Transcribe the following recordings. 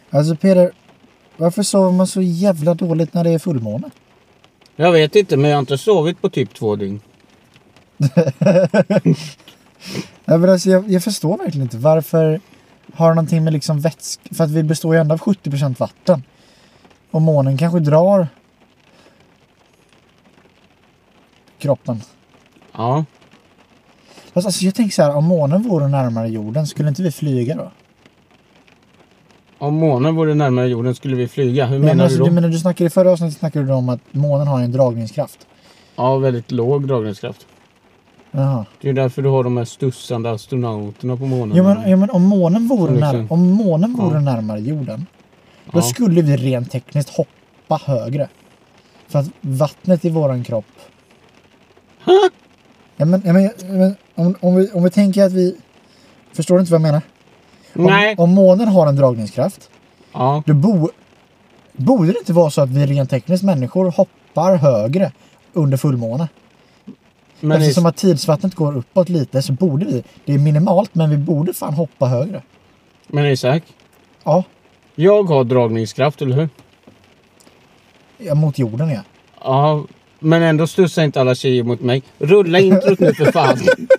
Alltså Peter, varför sover man så jävla dåligt när det är fullmåne? Jag vet inte, men jag har inte sovit på typ 2 dygn. Ja, men alltså, jag förstår verkligen inte varför har det någonting med liksom vätska, för att vi består ju ändå av 70% vatten. Och månen kanske drar kroppen. Ja. Fast alltså jag tänker så här, om månen vore närmare jorden, skulle inte vi flyga då? Om månen vore närmare jorden skulle vi flyga. Hur Ja, menar alltså, du då? du snackade i förra avsnittet snackade du om att månen har en dragningskraft. Ja, väldigt låg dragningskraft. Jaha. Det är därför du har de här stussande astronauterna på månen. Ja, men om månen vore, liksom- närmare jorden, då skulle vi rent tekniskt hoppa högre. För att vattnet i våran kropp... Ja, men om vi tänker att vi... Förstår du inte vad jag menar? Nej. Om månen har en dragningskraft, Ja. då borde det inte vara så att vi rent tekniskt människor hoppar högre under fullmåne. Men Eftersom att tidsvattnet går uppåt lite så borde vi, det är minimalt men vi borde fan hoppa högre. Men Isak? Ja, Jag har dragningskraft, eller hur? ja mot jorden ja. Ja, men ändå stussar inte alla tjejer mot mig. Rulla introt nu för fan.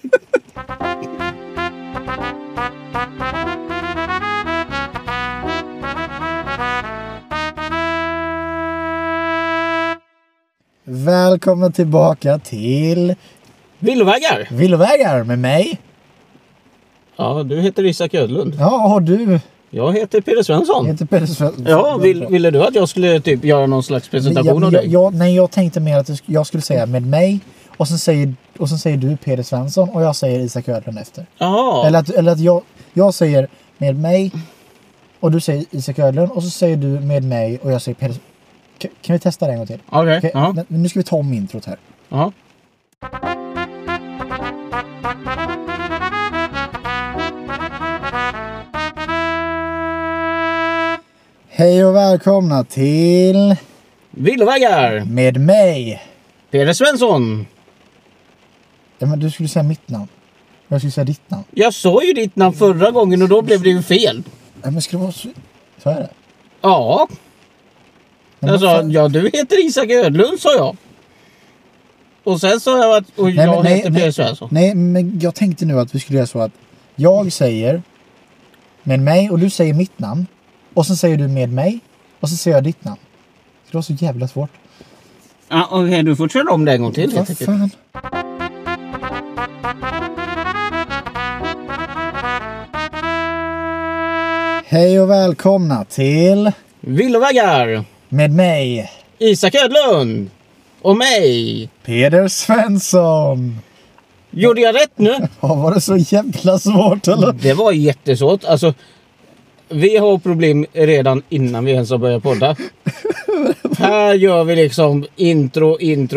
Välkomna tillbaka till Villovägar! Villovägar med mig. Ja, du heter Isak Ödlund. Ja, och du Jag heter Peter Svensson. heter Peter Svensson. Ja, ville du att jag skulle typ göra någon slags presentation av dig? Nej, jag tänkte mer att jag skulle säga med mig och sen säger du Peter Svensson och jag säger Isak Ödlund efter. Jaha. Eller att jag säger med mig och du säger Isak Ödlund och så säger du med mig och jag säger Peter. Kan vi testa det en gång till? Okej. Ja. Nu ska vi ta om introt här. Ja. Hej och välkomna till Villovägar! med mig. Peter Svensson! Ja, men du skulle säga mitt namn. Jag skulle säga ditt namn. Jag sa ju ditt namn förra gången och då blev det ju fel. Ja, men ska det vara så? Så är det. Ja. Jag sa, ja du heter Isak Ödlund, sa jag. Och sen sa jag att jag heter Peter Svensson. Nej, men jag tänkte nu att vi skulle göra så att jag säger med mig och du säger mitt namn. Och sen säger du med mig och så säger jag ditt namn. Det var så jävla svårt. Ja, okej, du får köra om det en gång till. Vad fan? Hej och välkomna till Villovägar! med mig Isak Ödlund! Och mig! Peter Svensson. Gjorde jag rätt nu? Ja, var det så jävla svårt eller? Det var jättesvårt. Alltså, vi har problem redan innan vi ens har börjat podda. Här gör vi liksom intro.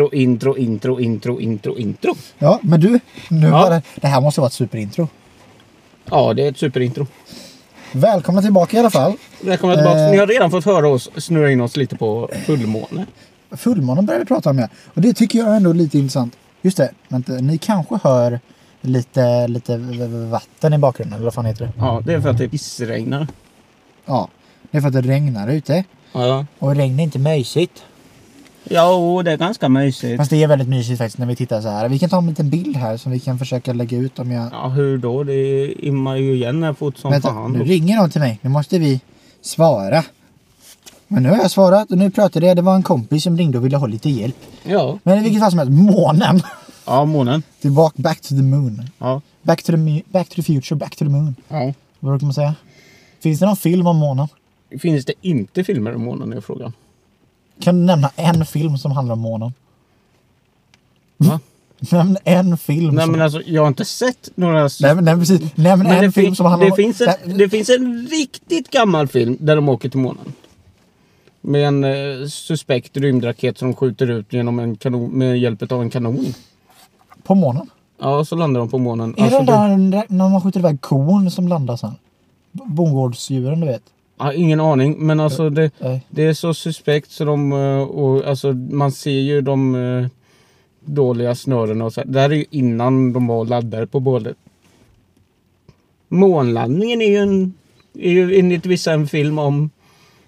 Ja, men du, nu Ja. var det här måste vara ett superintro. Ja, det är ett superintro. Välkomna tillbaka i alla fall. Välkomna tillbaka. Ni har redan fått höra oss snurra in oss lite på fullmåne. Fullmånen börjar vi prata om, ja. Och det tycker jag är ändå lite intressant. Just det, vänta, ni kanske hör lite vatten i bakgrunden, eller vad fan heter det? Ja, det är för att det pissregnar. Ja, det är för att det regnar ute. Ja. Och regn är inte mysigt. Ja, det är ganska mysigt. Fast det är väldigt mysigt faktiskt när vi tittar så här. Vi kan ta en liten bild här som vi kan försöka lägga ut om jag... Ja, hur då? Det immar ju igen här fort som Vänta, fan. nu ringer någon till mig. Nu måste vi svara. Men nu har jag svarat och nu pratade jag. Det var en kompis som ringde och ville ha lite hjälp. Ja. Men i vilket fall som helst, månen. Ja, månen. Tillbaka, back to the moon. Ja. Back to the future, back to the moon. Ja. Vad brukar man säga? Finns det någon film om månen? Finns det inte filmer om månen, är frågan. Kan du nämna en film som handlar om månen? Va? Nämn en film. Nej, men alltså, jag har inte sett några... Nej, precis. Nämn Men en film som handlar om... det finns en riktigt gammal film där de åker till månen. Med en suspekt rymdraket som de skjuter ut genom en kanon, med hjälp av en kanon. På månen? Ja, så landar de på månen. Är Alltså, det där när man skjuter iväg kon som landar sen? Bondgårdsdjuren, du vet. Ja, ingen aning, men alltså det Nej. är så suspekt så de... Och, alltså, man ser ju de dåliga snörena och så. Det här är ju innan de var laddare på bålet. Månlandningen är ju enligt vissa en film om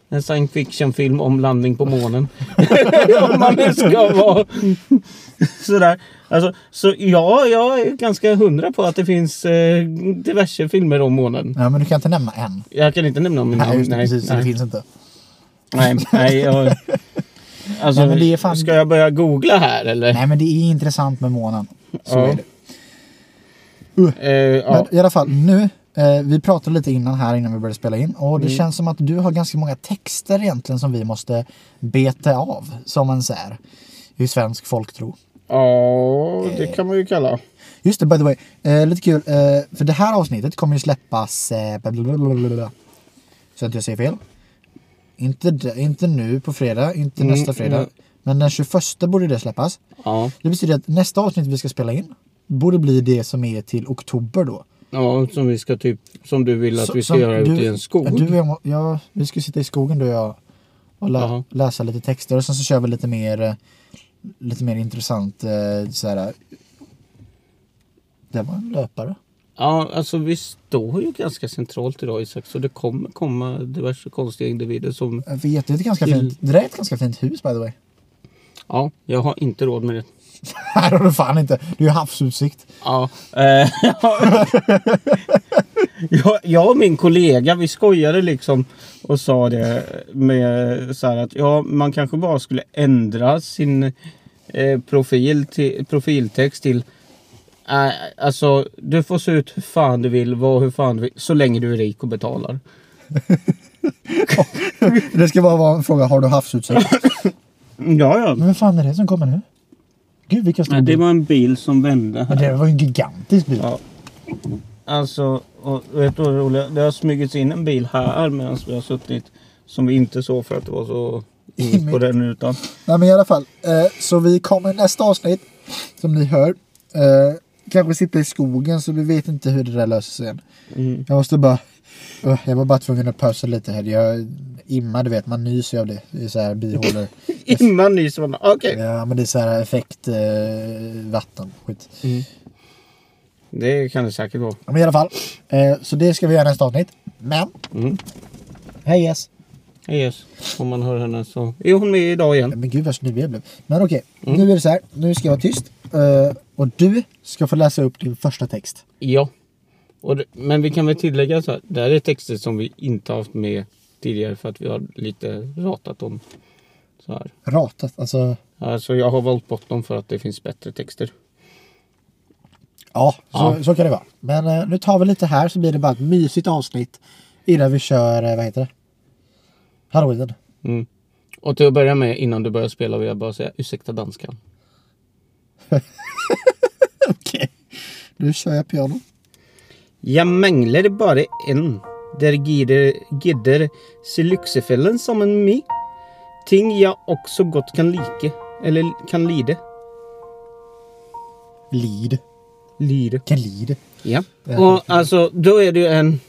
en science fiction-film om landning på månen. Om man nu ska vara sådär. Alltså, så ja, jag är ganska 100 på att det finns diverse filmer om månen. Ja, men du kan inte nämna en. Jag kan inte nämna om min Nej, precis. Det finns inte. Nej, alltså, Nej, men det är fan... ska jag börja googla här eller? Nej, men det är intressant med månen. Så är det. Ja. Men i alla fall, nu, vi pratade lite innan vi började spela in. Och det känns som att du har ganska många texter egentligen som vi måste beta av. Som man säger. I svensk folktro. Ja, det kan man ju kalla. Just det, by the way. Lite kul. För det här avsnittet kommer ju släppas... så att jag säger fel. Inte nu på fredag. Inte nästa fredag. Men den 21 borde det släppas. Ja. Det betyder att nästa avsnitt vi ska spela in borde bli det som är till oktober då. Ja, som vi ska som du vill att vi ska göra ute i en skog. Vi ska sitta i skogen då och läsa lite texter. Och sen så kör vi lite mer intressant såhär. Det var en löpare. Ja, alltså vi står ju ganska centralt idag, Isak. Så det kommer komma diverse konstiga individer som... Jag vet, det är ett ganska fint. Det är ett ganska fint hus, by the way. Ja, jag har inte råd med det. Nej, det har du fan inte. Det är ju havsutsikt. Ja. Jag och min kollega, vi skojade liksom och sa det med så här att man kanske bara skulle ändra sin profiltext till alltså, du får se ut hur fan du vill, hur fan du vill, så länge du är rik och betalar. Det ska bara vara en fråga, har du havsutsikt? Ja. Men vad fan är det som kommer nu? Gud, vilka stora det var en bil som vände här. Men det var en gigantisk bil. Ja. Alltså, och vet du vad det roliga? Det har smugits in en bil här medan vi har suttit som vi inte såg för att det var så in på den utan. Nej, men i alla fall. Så vi kommer nästa avsnitt som ni hör. Kanske sitta i skogen så vi vet inte hur det där löser sig än. Jag måste bara... jag var bara tvungen att pausa lite här. Jag immar, du vet, man nyser av det. Det är så här bihålor. Immar nyser man, okej. Ja, men det är så här effekt vatten, skit. Det kan det säkert vara. Men i alla fall. Så det ska vi göra nästa avsnitt. Men. Hej Jess. Hej Jess. Om man hör henne så är hon med idag igen. Men gud vad snygg jag blev. Men okej, nu är det så här. Nu ska jag vara tyst. Och du ska få läsa upp din första text. Ja. Men vi kan väl tillägga så här. Det här är texter som vi inte har haft med tidigare för att vi har lite ratat dem. Så här. Ratat? Alltså jag har valt bort dem för att det finns bättre texter. Ja, så kan det vara. Men nu tar vi lite här så blir det bara ett mysigt avsnitt innan vi kör, vad heter det? Halloween. Och till att börja med, innan du börjar spela vill jag bara säga ursäkta danskan. Okej. Nu kör jag piano. Jag mänglar bara en. Der gidder se lyxefällen som en mig. Ting jag också gott kan like. Eller kan lide. Lide. Kan lide. Ja. Och alltså, då är det ju en...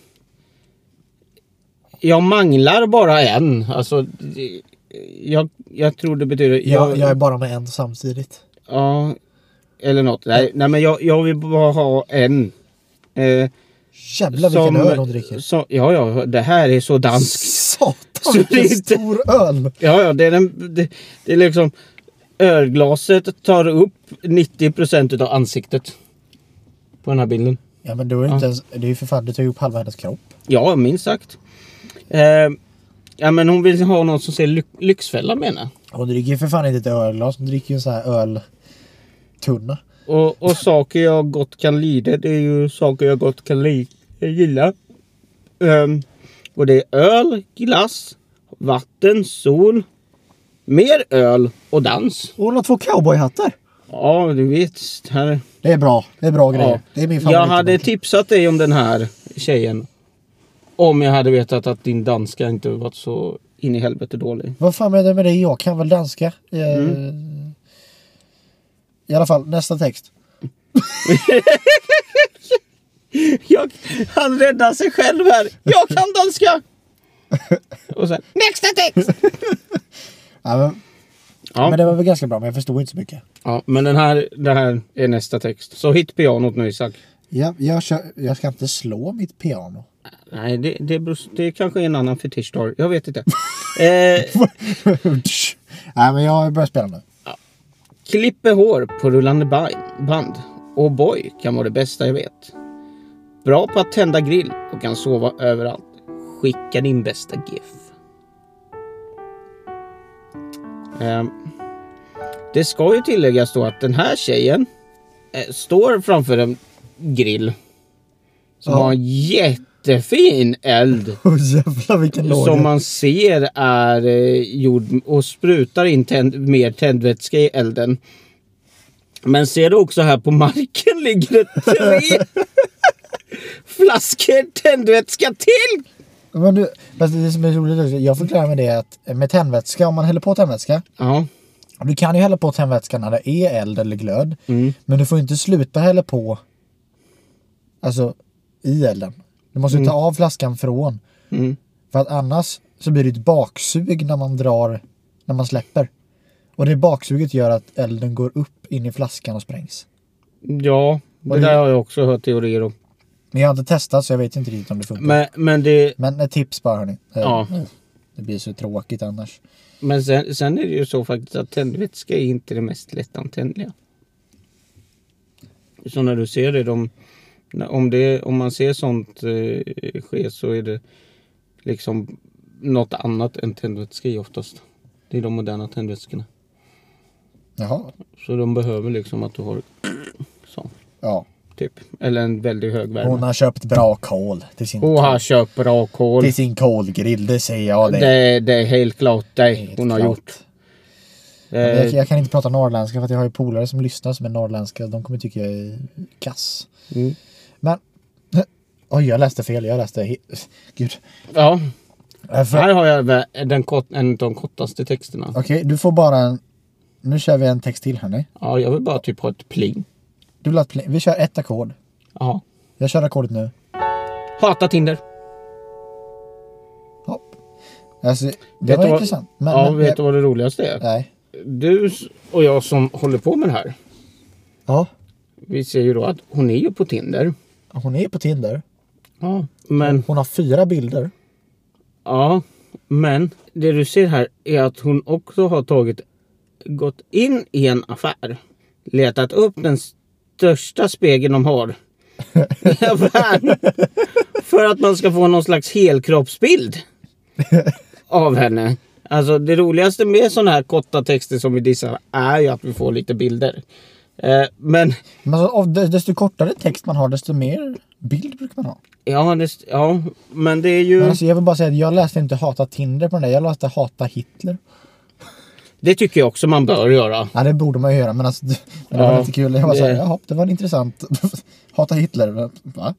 Jag manglar bara en. Alltså, jag tror det betyder... Jag är bara med en samtidigt. Ja, eller något. Nej men jag vill bara ha en. Jävlar vilken öl de dricker. Ja, det här är så dansk. Satan, vilken stor öl. Ja, det är liksom... Ölglaset tar upp 90% av ansiktet på den här bilden. Ja, men då är det inte ens... Det är ju för fan, det tar upp halva hennes kropp. Ja, minst sagt. Ja, men hon vill ha något som ser lyxfälla menar. Hon dricker ju för fan inte ett ölglas. Hon dricker ju en sån här öltunna. Och saker jag gott kan lida, det är ju saker jag gott kan gilla. Och det är öl, glass, vatten, sol, mer öl och dans. Och hon har 2 cowboyhattar. Ja, du vet. Här. Det är bra grejer. Ja. Det är min favorit. Jag hade tipsat dig om den här tjejen. Om jag hade vetat att din danska inte varit så in i helvete dålig. Vad fan är det med det? Jag kan väl danska. I alla fall, nästa text. Han räddar sig själv här. Jag kan danska. Och sen, nästa text. Men det var väl ganska bra, men jag förstod inte så mycket. Ja, men det här är nästa text. Så hit pianot nu, Isak. Ja, jag ska inte slå mitt piano. Nej, det kanske är en annan fetischstory. Jag vet inte. Nej, men jag börjar spela nu. Klipper hår på rullande band. Och boy, kan vara det bästa jag vet. Bra på att tända grill och kan sova överallt. Skicka din bästa gif. Det ska ju tilläggas då att den här tjejen står framför en grill som har en jättefin eld. Jävlar, vilken låga. Som man ser är gjord och sprutar in mer tändvätska i elden. Men ser du också här på marken ligger det 3 flaskor tändvätska till. Men du, det som är roligt, jag förklarar med det att med tändvätska, om man häller på tändvätska. Ja. Du kan ju hälla på tändvätska när det är eld eller glöd. Men du får inte sluta hälla på alltså i elden. Du måste ta av flaskan från. För att annars så blir det ett baksug när man släpper. Och det baksuget gör att elden går upp in i flaskan och sprängs. Ja, det där har jag också hört teorier om. Men jag har inte testat så jag vet inte riktigt om det funkar. Men ett tips bara, hörni. Ja. Det blir så tråkigt annars. Men sen är det ju så faktiskt att tändvätska är inte det mest lättantändliga. Så när du ser det, om man ser sånt ske så är det liksom något annat än tändvätska i oftast. Det är de moderna tändvätskorna. Jaha. Så de behöver liksom att du har så. Ja. Typ. Eller en väldigt hög värme. Hon har köpt bra kol till sin till sin kolgrill, det säger jag det. Det är helt klart det hon har gjort. Jag kan inte prata norrländska för att jag har ju polare som lyssnar som är norrländska. De kommer tycka jag är kass. Men jag läste fel. Gud. Ja. Här har jag en av de kortaste texterna. Okej, du får bara nu kör vi en text till här nu. Ja, jag vill bara typ ha ett pling. Du vill ha ett pling. Vi kör ett ackord. Ja. Jag kör ackordet nu. Hata Tinder. Hopp. Alltså, det var intressant. Vet du vad det roligaste är? Nej. Du och jag som håller på med det här. Ja. Vi ser ju då att hon är ju på Tinder. Hon är på Tinder. Ja, men hon har 4 bilder. Ja, men det du ser här är att hon också har gått in i en affär. Letat upp den största spegeln de har i affären. För att man ska få någon slags helkroppsbild av henne. Alltså det roligaste med sådana här korta texter som vi dissar är ju att vi får lite bilder. Men desto kortare text man har, desto mer bild brukar man ha. Ja, men det är ju... Men alltså, jag vill bara säga att jag läste inte Hata Tinder på den där. Jag läste Hata Hitler. Det tycker jag också man bör göra. Ja, det borde man ju göra. Men alltså, det var lite kul. Jag var såhär, jaha, det var intressant. Hata Hitler. Va?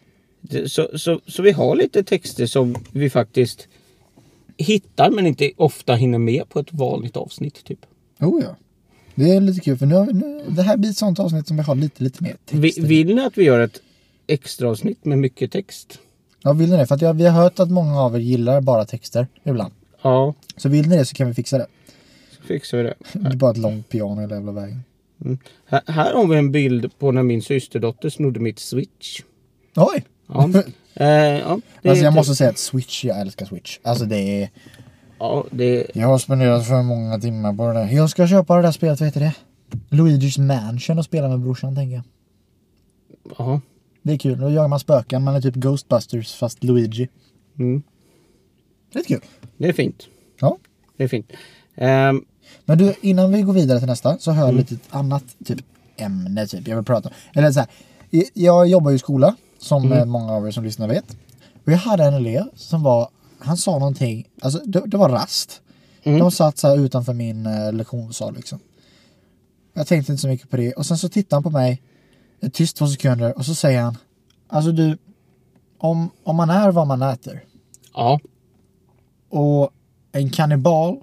Så vi har lite texter som vi faktiskt hittar men inte ofta hinner med på ett vanligt avsnitt typ. Oh ja. Det är lite kul för nu det här blir ett sånt avsnitt som vi har lite mer text. Vill ni att vi gör ett extra avsnitt med mycket text? Ja, vill ni det? För att vi har hört att många av er gillar bara texter ibland. Ja. Så vill ni det så kan vi fixa det. Så fixar vi det. Det är bara ett långt piano hela jävla vägen. Här har vi en bild på när min systerdotter snodde mitt Switch. Oj! Ja. Alltså jag måste säga att Switch, jag älskar Switch. Alltså det är... Ja, jag har spenderat för många timmar på det där. Jag ska köpa det där spelet, vet du det? Luigi's Mansion och spela med brorsan, tänker jag. Ja. Det är kul, då jagar man spöken. Man är typ Ghostbusters fast Luigi. Det är kul. Det är fint. Ja. Det är fint. Men du, innan vi går vidare till nästa så har jag lite annat typ ämne typ jag vill prata om. Eller så här, jag jobbar ju i skola som många av er som lyssnar vet. Och jag hade en elev som han sa någonting, alltså det var rast. De satt så här utanför min lektionssal liksom. Jag tänkte inte så mycket på det. Och sen så tittade han på mig tyst 2 sekunder och så säger han, alltså du, om man är vad man äter. Ja. Och en kannibal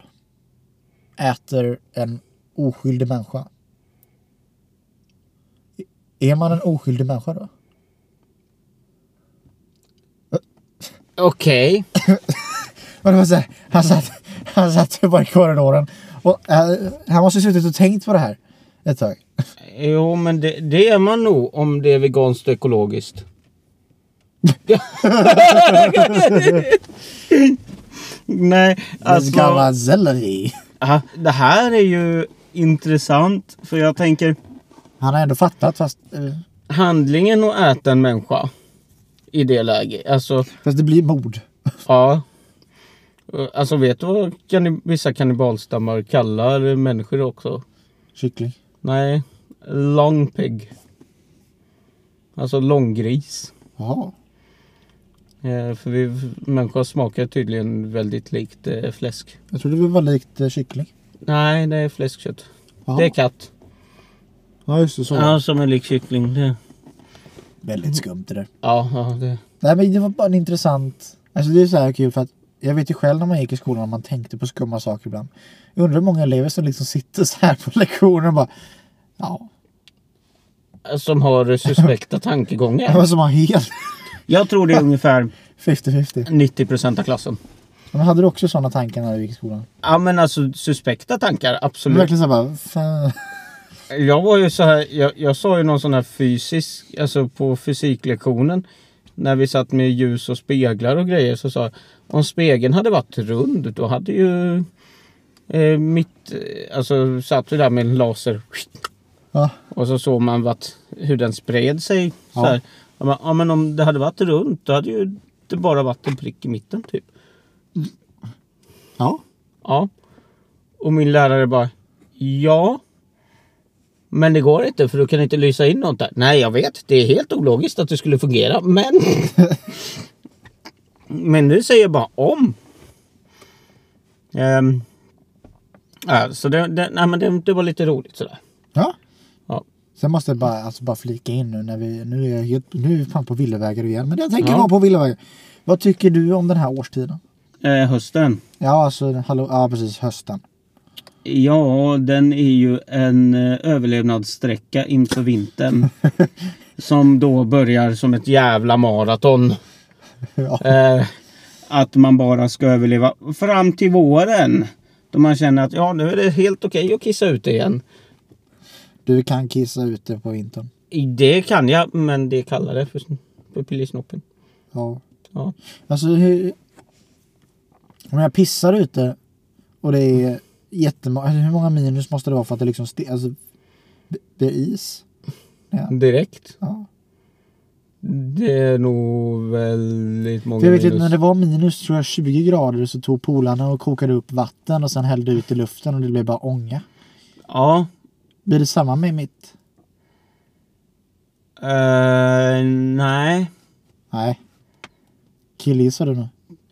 äter en oskyldig människa. Är man en oskyldig människa då? Okej. Men det var så här, han satt bara i korridoren och han måste suttit och tänkt på det här ett tag. Jo, men det är man nog om det är veganskt och ekologiskt. Nej, alltså... Gammal selleri. Ja, det här är ju intressant. För jag tänker... Han har ändå fattat fast... handlingen att äta en människa i det läget. Alltså, Fast det blir mord. ja. Alltså vet du vad vissa kannibalstammar kallar människor också? Kyckling. Nej, long pig. Alltså långgris. Jaha. För människor smakar tydligen väldigt likt fläsk. Jag trodde det var likt kyckling. Nej, det är fläskkött. Jaha. Det är katt. Ja, just det. Så. Ja, som är lik kyckling. Det. Väldigt skumt det där. Ja, det. Nej, men det var bara en intressant... Alltså det är så här kul för att jag vet ju själv när man gick i skolan och man tänkte på skumma saker ibland. Jag undrar hur många elever som liksom sitter så här på lektionen och bara... Ja. Som har suspekta tankegångar. Vad som har helt... Jag tror det är ungefär 50-50. 90% av klassen. Men hade du också sådana tankar när du gick i skolan? Ja, men alltså suspekta tankar, absolut. Verkligen så här bara... Fan. Jag var ju så här, jag sa ju någon sån här fysisk, alltså på fysiklektionen. När vi satt med ljus och speglar och grejer så sa jag, om spegeln hade varit rund då hade ju alltså satt vi där med en laser. Ja. Och så såg man hur den spred sig. Så här. Ja, men om det hade varit runt då hade ju det bara varit en prick i mitten typ. Ja. Ja. Och min lärare bara, ja. Men det går inte för du kan inte lysa in något där. Nej, jag vet. Det är helt ologiskt att det skulle fungera. Men men det säger bara om. Så det var lite roligt sådär. Ja. Ja. Sen måste jag bara flika in nu när nu är vi fan på villavägar igen. Men jag tänker vara på villavägar. Vad tycker du om den här årstiden? Hösten. Ja, alltså ja precis, hösten. Ja, den är ju en överlevnadssträcka inför vintern. Som då börjar som ett jävla maraton. Ja. Att man bara ska överleva fram till våren. Då man känner att ja, nu är det helt okej att kissa ute igen. Du kan kissa ute på vintern. Det kan jag, men det kallar det för pillisnoppen. Ja. Ja. Alltså om jag pissar ute och det är jättemånga, hur många minus måste det vara för att det liksom det är is? Ja. Direkt. Ja. Det är nog väldigt många För jag vet minus. inte, när det var minus tror jag 20 grader så tog polarna och kokade upp vatten och sen hällde ut i luften och det blev bara ånga. Ja. Blir det samma med mitt? Nej. Nej. Killgissar du nu?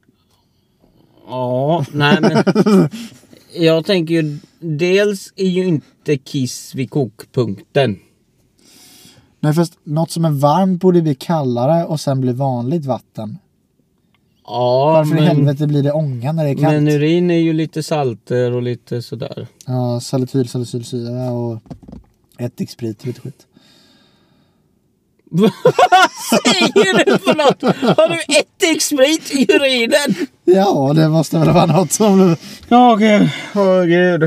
Ja, nej men jag tänker ju dels är ju inte kiss vid kokpunkten. Nej, fast något som är varmt borde bli kallare och sen bli vanligt vatten. Ja, Varför i helvete blir det ånga när det är kallt? Men urin är ju lite salter och lite sådär. Ja, salicylsyra och ättiksprit, lite skit. Vad säger du för något? Har du ättiksprit i urinen? Ja, det måste väl vara något som du... Åh gud.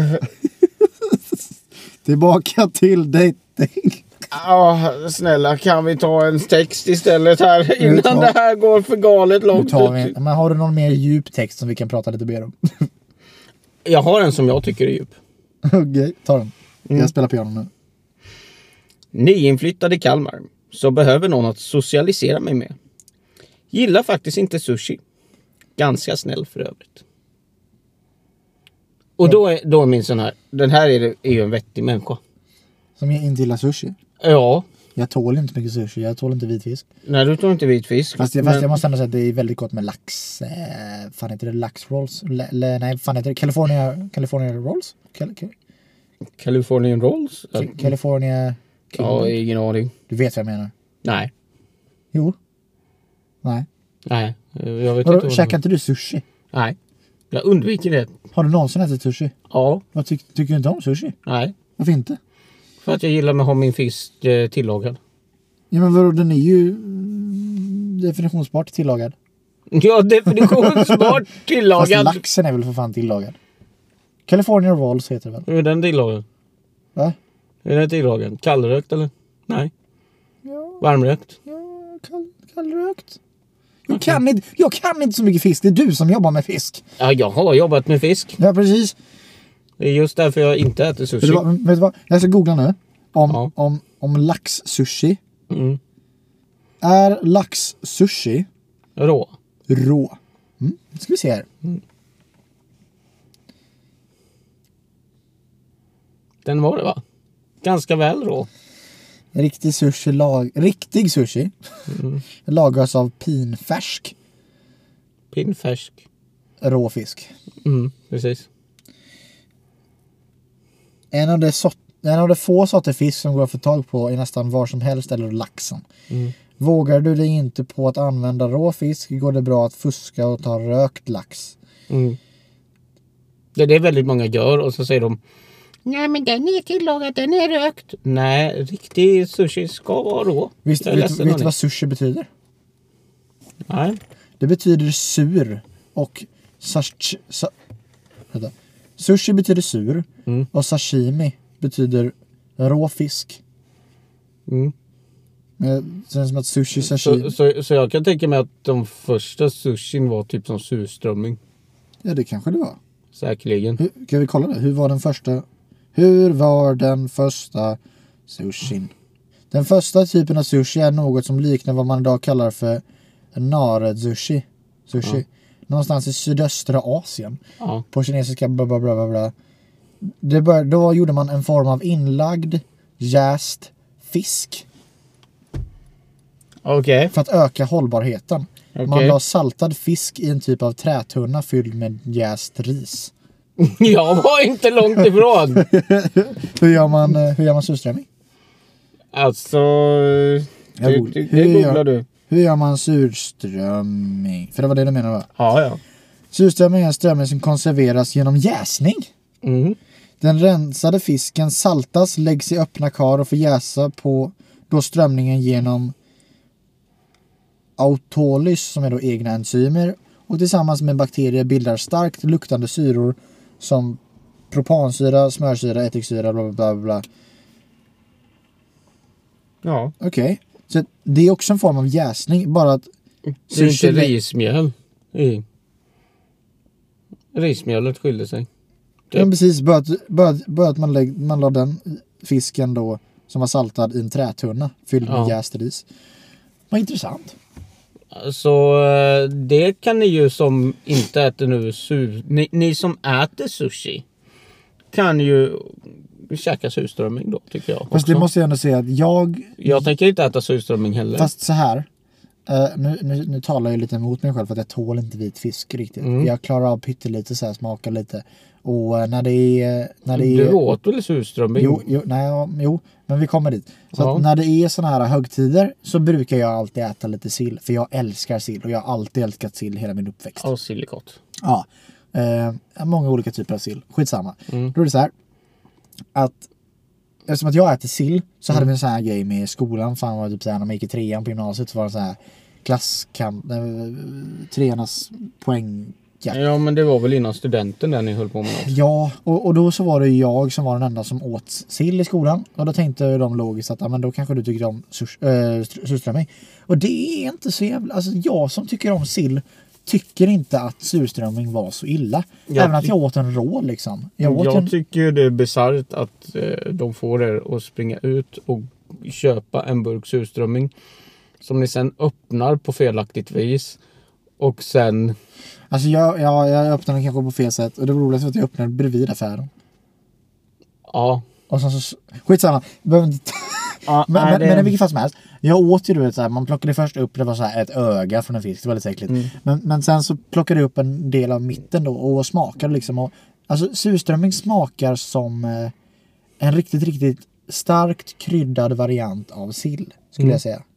Tillbaka till dating. Ja, snälla kan vi ta en text istället här innan det här går för galet långt. Men har du någon mer djup text som vi kan prata lite mer om? Jag har en som jag tycker är djup. Okej, ta den. Jag spelar piano nu. Nyinflyttad i Kalmar, så behöver någon att socialisera mig med. Gillar faktiskt inte sushi. Ganska snäll för övrigt. Och då är min sån här, den här är ju en vettig människa. Som jag inte gillar sushi. Ja. Jag tål inte mycket sushi, jag tål inte vitfisk. Nej, du tål inte vitfisk. Fast jag måste ändå säga att det är väldigt gott med lax. Fan heter det lax rolls? Nej, fan heter det California rolls? Californian rolls? California... Ja, ingen aning. Du vet vad jag menar? Nej. Jo. Nej. Nej, jag vet inte. Käkar inte du sushi? Nej. Jag undviker det. Har du någonsin ätit sushi? Ja. Vad tycker du inte om sushi? Nej. Varför inte? För att jag gillar med att ha min fisk tillagad. Ja, men vadå, den är ju definitionsbart tillagad. Ja, definitionsbart tillagad. Fast laxen är väl för fan tillagad. California rolls heter det väl? Är den tillagad? Va? Är den tillagad? Kallrökt eller? Nej. Ja. Varmrökt? Ja, kallrökt. Jag kan inte så mycket fisk. Det är du som jobbar med fisk. Ja, jag har jobbat med fisk. Ja, precis. Det är just därför jag inte äter sushi. Vet du vad? Jag ska googla nu. Om lax-sushi. Mm. Är lax-sushi Rå. rå? Ska vi se här. Den var det, va? Ganska väl rå. Riktig sushi lagras av pinfärsk Pinnfärsk. rå fisk. Precis. En av de få sorter fisk som går att få tag på är nästan var som helst eller laxen. Vågar du dig inte på att använda rå fisk går det bra att fuska och ta rökt lax. Det är det väldigt många gör och så säger de nej, men den är tillagad, den är rökt. Nej, riktig sushi ska vara rå. Vet du vad sushi betyder? Nej. Det betyder sur och sushi betyder sur och sashimi betyder rå fisk. Men det känns som att sashimi. Så jag kan tänka mig att de första sushin var typ som surströmming. Ja, det kanske det var. Säkerligen. Kan vi kolla det? Hur var den första sushin? Den första typen av sushi är något som liknar vad man idag kallar för nare-sushi. Någonstans i sydöstra Asien. På kinesiska bla. Då gjorde man en form av inlagd jäst fisk. Okej. För att öka hållbarheten. Man la saltad fisk i en typ av trätunna fylld med jäst ris. Jag var inte långt ifrån. Hur gör man surströmming? Alltså, det googlar du. Hur gör man surströmming? För det var det du menade, va? Ja. Surströmming är en strömming som konserveras genom jäsning. Den rensade fisken saltas, läggs i öppna kar och får jäsa på då strömningen genom autolys, som är då egna enzymer, och tillsammans med bakterier bildar starkt luktande syror som propansyra, smörsyra, ättiksyra, bla bla bla. Ja. Okej. Så det är också en form av jäsning, bara att det är inte rismjöl i. Rismjölet skilde sig. Ja, precis. Bara att man la den fisken då som var saltad i en trätunna fylld med jäst ris. Vad intressant. Så det kan ni ju som inte äter nu ni som äter sushi kan ju käka surströmming då, tycker jag. Fast det måste jag ändå säga att jag tänker inte äta surströmming heller. Fast så här. Nu talar jag lite emot mig själv för att jag tål inte vit fisk riktigt. Jag klarar av pyttelite så här, smaka lite. Och när det är du åt väl surströmming? Jo, men vi kommer dit. Så att när det är såna här högtider så brukar jag alltid äta lite sill. För jag älskar sill och jag har alltid älskat sill hela min uppväxt. Ja, sill är gott. Ja, många olika typer av sill. Skitsamma. Då är det så här att eftersom att jag äter sill så hade vi en sån här grej med skolan. Fan var det typ så här, när man gick i 3:an på gymnasiet så var det så här klasskamp, 3:arnas poäng. Ja, men det var väl innan studenten där ni höll på med något. Ja, och då så var det jag som var den enda som åt sill i skolan. Och då tänkte de logiskt att men då kanske du tycker om surströmming. Och det är inte så jävla... Alltså jag som tycker om sill tycker inte att surströmming var så illa. Även att jag åt en rå liksom. Jag tycker det är bisarrt att de får er att springa ut och köpa en burk surströmming som ni sen öppnar på felaktigt vis. Och sen... Alltså jag öppnade den kanske på fel sätt. Och det var roligt att jag öppnade bredvid affären. Ja. Och sen så... Skitsamma. Men i vilket fall som helst. Jag åt ju du vet så här, man plockade först upp, det var så här ett öga från en fisk. Det var lite äckligt. Men sen så plockade jag upp en del av mitten då och smakade liksom. Och, alltså surströmming smakar som en riktigt, riktigt starkt kryddad variant av sill. Skulle jag säga.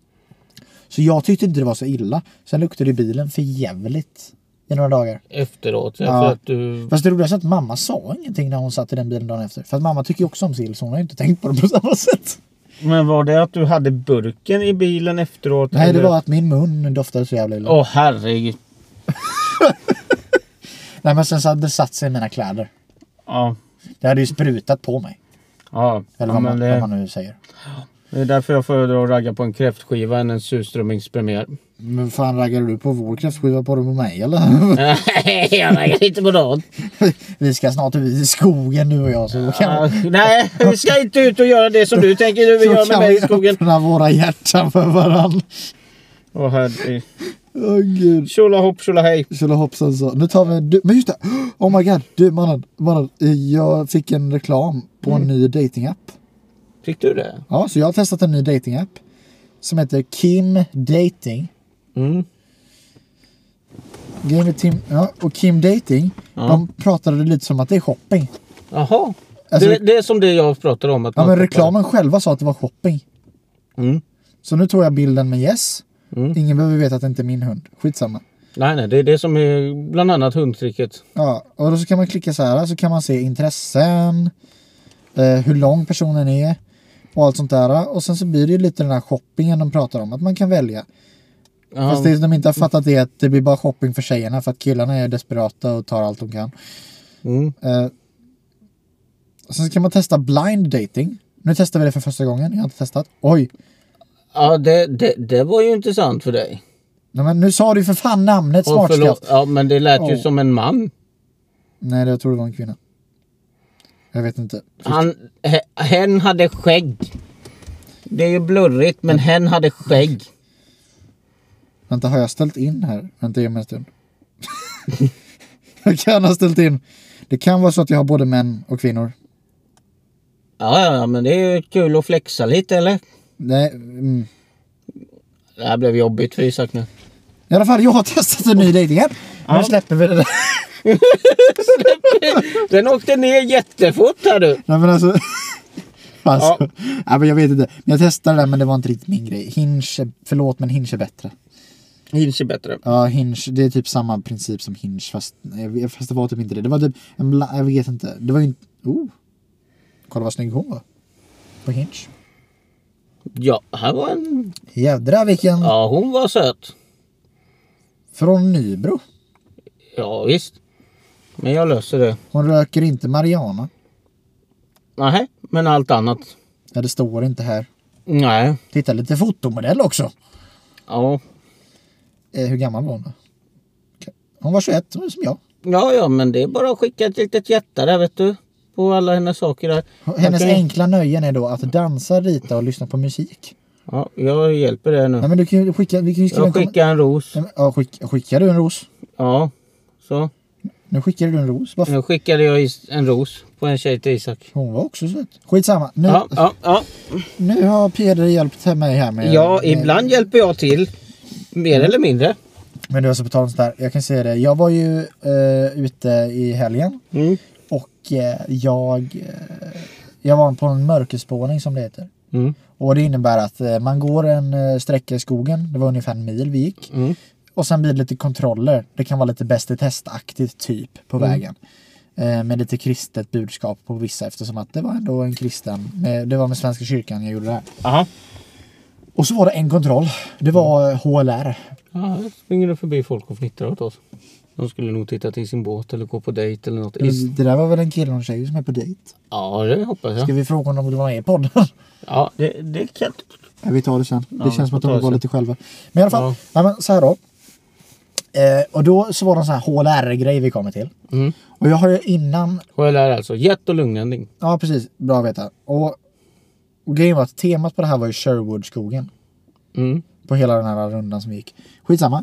Så jag tyckte inte det var så illa. Sen luktade bilen för jävligt i några dagar. Efteråt. Ja. För att du... Fast det roliga är att mamma sa ingenting när hon satt i den bilen dagen efter. För att mamma tycker ju också om sill så hon har inte tänkt på det på samma sätt. Men var det att du hade burken i bilen efteråt? Nej, eller? det var att min mun doftade så jävla illa. Åh, herregud. Nej, men sen så hade det satt sig i mina kläder. Ja. Det hade ju sprutat på mig. Ja. Eller vad man nu säger. Det är därför jag föredrar att ragga på en kräftskiva än en surströmmingspremiär. Men fan, raggar du på vår kräftskiva på mig eller? Nej, jag raggar inte på något. Vi ska snart ut i skogen du och jag. Så kan nej, vi ska inte ut och göra det som du tänker du vill göra med mig i skogen. Så kan vi öppna våra hjärtan för varandra. Åh herre. Åh gud. Tjolahopp, tjolahej. Tjolahoppsan så. Nu tar vi... Men just det. Oh my god. Du mannen. Jag fick en reklam på en ny datingapp. Fick du det? Ja, så jag har testat en ny datingapp. Som heter Kim Dating. Och Kim Dating. De pratade lite som att det är shopping. Jaha. Alltså, det är som det jag pratade om. Att ja, men reklamen själva sa att det var shopping. Så nu tog jag bilden med Yes. Ingen behöver veta att det inte är min hund. Skitsamma. Nej, det är det som är bland annat hundtricket. Ja, och då så kan man klicka så här. Så kan man se intressen. Hur lång personen är. Och allt sånt där. Och sen så blir det ju lite den här shoppingen de pratar om. Att man kan välja. Fast det de inte har fattat är att det blir bara shopping för tjejerna. För att killarna är desperata och tar allt de kan. Sen så kan man testa blind dating. Nu testar vi det för första gången. Jag har inte testat. Oj. Ja, det var ju intressant för dig. Nej, men nu sa du för fan namnet smartskaft. Ja, men det lät ju som en man. Nej, jag tror det var en kvinna. Jag vet inte. Hen hade skägg. Det är ju blurrigt, men hen hade skägg. Vänta, har jag ställt in här? Vänta, ge mig en stund. Jag kan ha ställt in. Det kan vara så att jag har både män och kvinnor. Ja, men det är ju kul att flexa lite, eller? Nej. Det här blev jobbigt för Isak nu. I alla fall, jag har testat en ny dating app. Nu släpper vi det där. Den åkte ner jättefort här du. Nej, men alltså... ja, men jag vet inte. Jag testade det, men det var inte riktigt min grej. Hinge, förlåt, men Hinge är bättre. Hinge är bättre. Ja, Hinge, det är typ samma princip som Hinge. Fast det var typ inte det. Det var typ jag vet inte. Det var ju inte... Kolla vad snygg hon var. På Hinge. Ja, här var en... Jädra vilken... Ja, hon var söt. Från Nybro. Ja, visst. Men jag löser det. Hon röker inte marijuana. Nej, men allt annat. Ja, det står inte här. Nej. Titta, lite fotomodell också. Ja. Hur gammal var hon då? Hon var 21, som jag. Ja, men det är bara att skicka ett litet hjärta där, vet du. På alla hennes saker där. Hennes enkla nöjen är då att dansa, rita och lyssna på musik. Ja, jag hjälper det nu. Nej, men du kan ju skicka... Jag skickar en ros. Ja, skickar du en ros? Ja, så. Nu skickade du en ros. Varför? Nu skickade jag en ros på en tjej till Isak. Hon var också söt. Skitsamma. Nu, Ja. Nu har Peder hjälpt mig här med... Ja, ibland hjälper jag till. Mer eller mindre. Men du har så på tal om sådär. Jag kan säga det. Jag var ju ute i helgen. Och jag var på en mörkerspårning som det heter. Och det innebär att man går en sträcka i skogen. Det var ungefär en mil vi gick. Och sen blir det lite kontroller. Det kan vara lite bäst i testaktigt typ på vägen. Med lite kristet budskap på vissa. Eftersom att det var ändå en kristen. Det var med Svenska kyrkan jag gjorde det här. Aha. Och så var det en kontroll. Det var HLR. Ja, springer det förbi folk och fnittrar åt oss. De skulle nog titta till sin båt eller gå på dejt eller något. Det där var väl en kille och en tjej som är på dejt? Ja, det hoppas jag. Ska vi fråga om de vill vara med i podden? Ja, det kan... Ja, vi tar det sen. Det känns som att de tar går det lite själva. Men i alla fall, men så här då. Och då så var det en sån här HLR-grej vi kommer till. Och jag har ju innan... HLR alltså, hjärt- och lungräddning. Ja, precis. Bra att veta. Och grejen var att temat på det här var ju Sherwoodskogen. På hela den här rundan som vi gick. Skitsamma.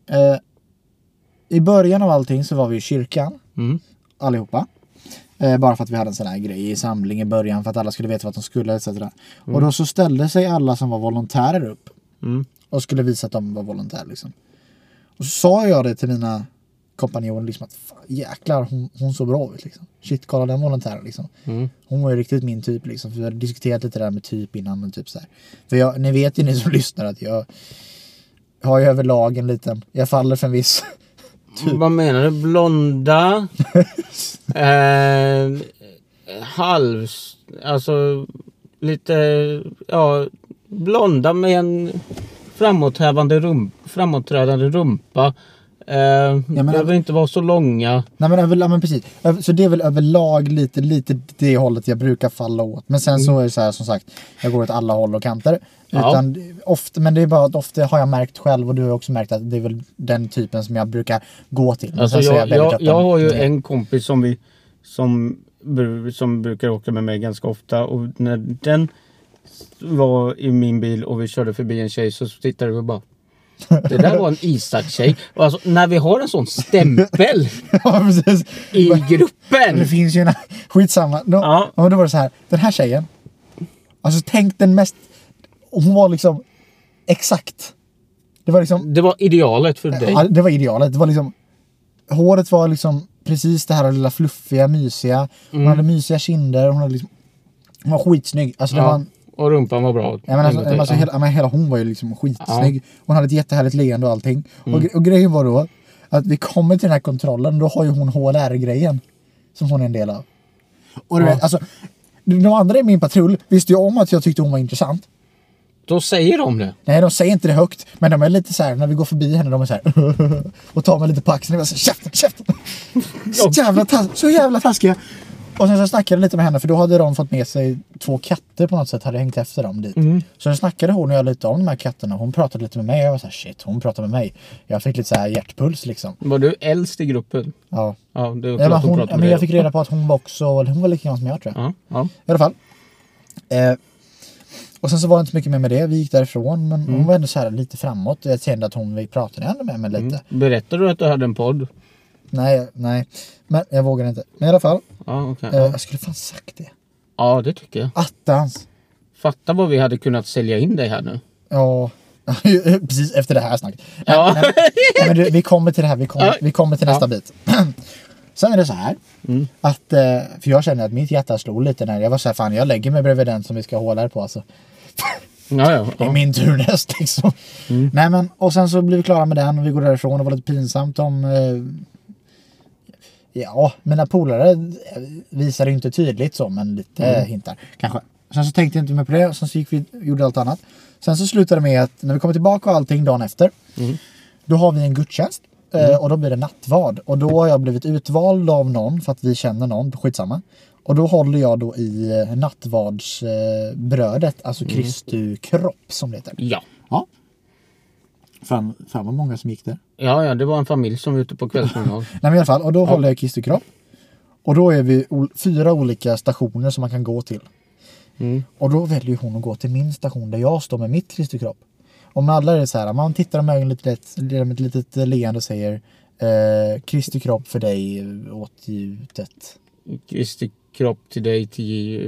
I början av allting så var vi i kyrkan. Allihopa. Bara för att vi hade en sån här grej i samling i början. För att alla skulle veta vad de skulle, etc. Och då så ställde sig alla som var volontärer upp. Och skulle visa att de var volontärer liksom. Och så sa jag det till mina kompanjoner liksom att fan, jäklar, hon så bra ut liksom. Shit, kolla den volontären liksom. Hon var ju riktigt min typ liksom. För vi hade diskuterat lite där med typ innan och typ så här. För ni vet ju ni som lyssnar att jag har ju överlag en liten, jag faller för en viss typ. Vad menar du? Blonda? Alltså lite, blonda med en framåträdande rumpa. Behöver inte vara så långa. Nej men precis. Så det är väl överlag lite det hållet jag brukar falla åt. Men sen så är det så här som sagt, jag går åt alla håll och kanter. Utan ofta, men det är bara att ofta har jag märkt själv och du har också märkt att det är väl den typen som jag brukar gå till. Alltså jag har ju en kompis som brukar åka med mig ganska ofta, och när den var i min bil och vi körde förbi en tjej så tittade vi bara. Det där var en Isak-tjej. Alltså, när vi har en sån stämpel i gruppen. Det finns ju en skitsamma. Då var det så här. Den här tjejen. Alltså tänk den mest. Hon var liksom exakt. Det var idealet för dig. Ja, det var idealet. Det var liksom. Håret var liksom precis det här lilla fluffiga, mysiga. Hon hade mysiga kinder. Hon var skitsnygg. Alltså det var och rumpan var bra. Ja, men hela hon var ju liksom skitsnygg. Hon hade ett jättehärligt leende och allting. Och grejen var då att vi kommer till den här kontrollen. Då har ju hon HLR-grejen som hon är en del av. Och du vet, alltså de andra i min patrull visste ju om att jag tyckte hon var intressant. Då säger de det. Nej, de säger inte det högt. Men de är lite så här, när vi går förbi henne, de är så här och tar mig lite på axeln och säger käften. Så jävla taskiga. Och sen så snackade jag lite med henne, för då hade de fått med sig 2 katter på något sätt, hade hängt efter dem dit. Så då snackade hon och jag lite om de här katterna. Hon pratade lite med mig, jag var så här, shit, hon pratade med mig. Jag fick lite så här hjärtpuls liksom. Var du äldst i gruppen? Ja. Ja, det var men jag fick reda på att hon var också, hon var lika grann som jag tror jag. Ja. I alla fall. Och sen så var det inte så mycket med det, vi gick därifrån, men hon var ändå så här lite framåt. Jag kände att hon pratade ändå med mig lite. Berättade du att du hade en podd? Nej, men jag vågar inte. Men i alla fall, jag skulle fan sagt det. Ja, det tycker jag. Attans. Fatta vad vi hade kunnat sälja in dig här nu. Ja, precis efter det här snacket. Nej, men vi kommer till det här, vi kommer till nästa bit. Sen är det så här, att, för jag känner att mitt hjärta slog lite när jag var så här, fan jag lägger mig bredvid den som vi ska hålla på alltså. Ja. Det är min tur näst liksom. Nej men, och sen så blir vi klara med den och vi går därifrån. Det var lite pinsamt om mina polare visade inte tydligt så, men lite hintar kanske. Sen så tänkte jag inte mer på det, och sen så gick vi och gjorde allt annat. Sen så slutade det med att när vi kommer tillbaka och allting dagen efter, då har vi en gudstjänst och då blir det nattvard. Och då har jag blivit utvald av någon för att vi känner någon, skitsamma. Och då håller jag då i nattvardsbrödet, alltså Kristi kropp som det heter. Ja. Fan vad många som gick där. Ja, det var en familj som var ute på kvällsmorgon. Nej men i alla fall, och då håller jag Kristi kropp. Och då är vi 4 olika stationer som man kan gå till. Och då väljer hon att gå till min station där jag står med mitt Kristi kropp. Och med alla är det så här, man tittar med ögonen med ett litet leende och säger Kristi kropp för dig åtgjutet. Kristi kropp till dig till...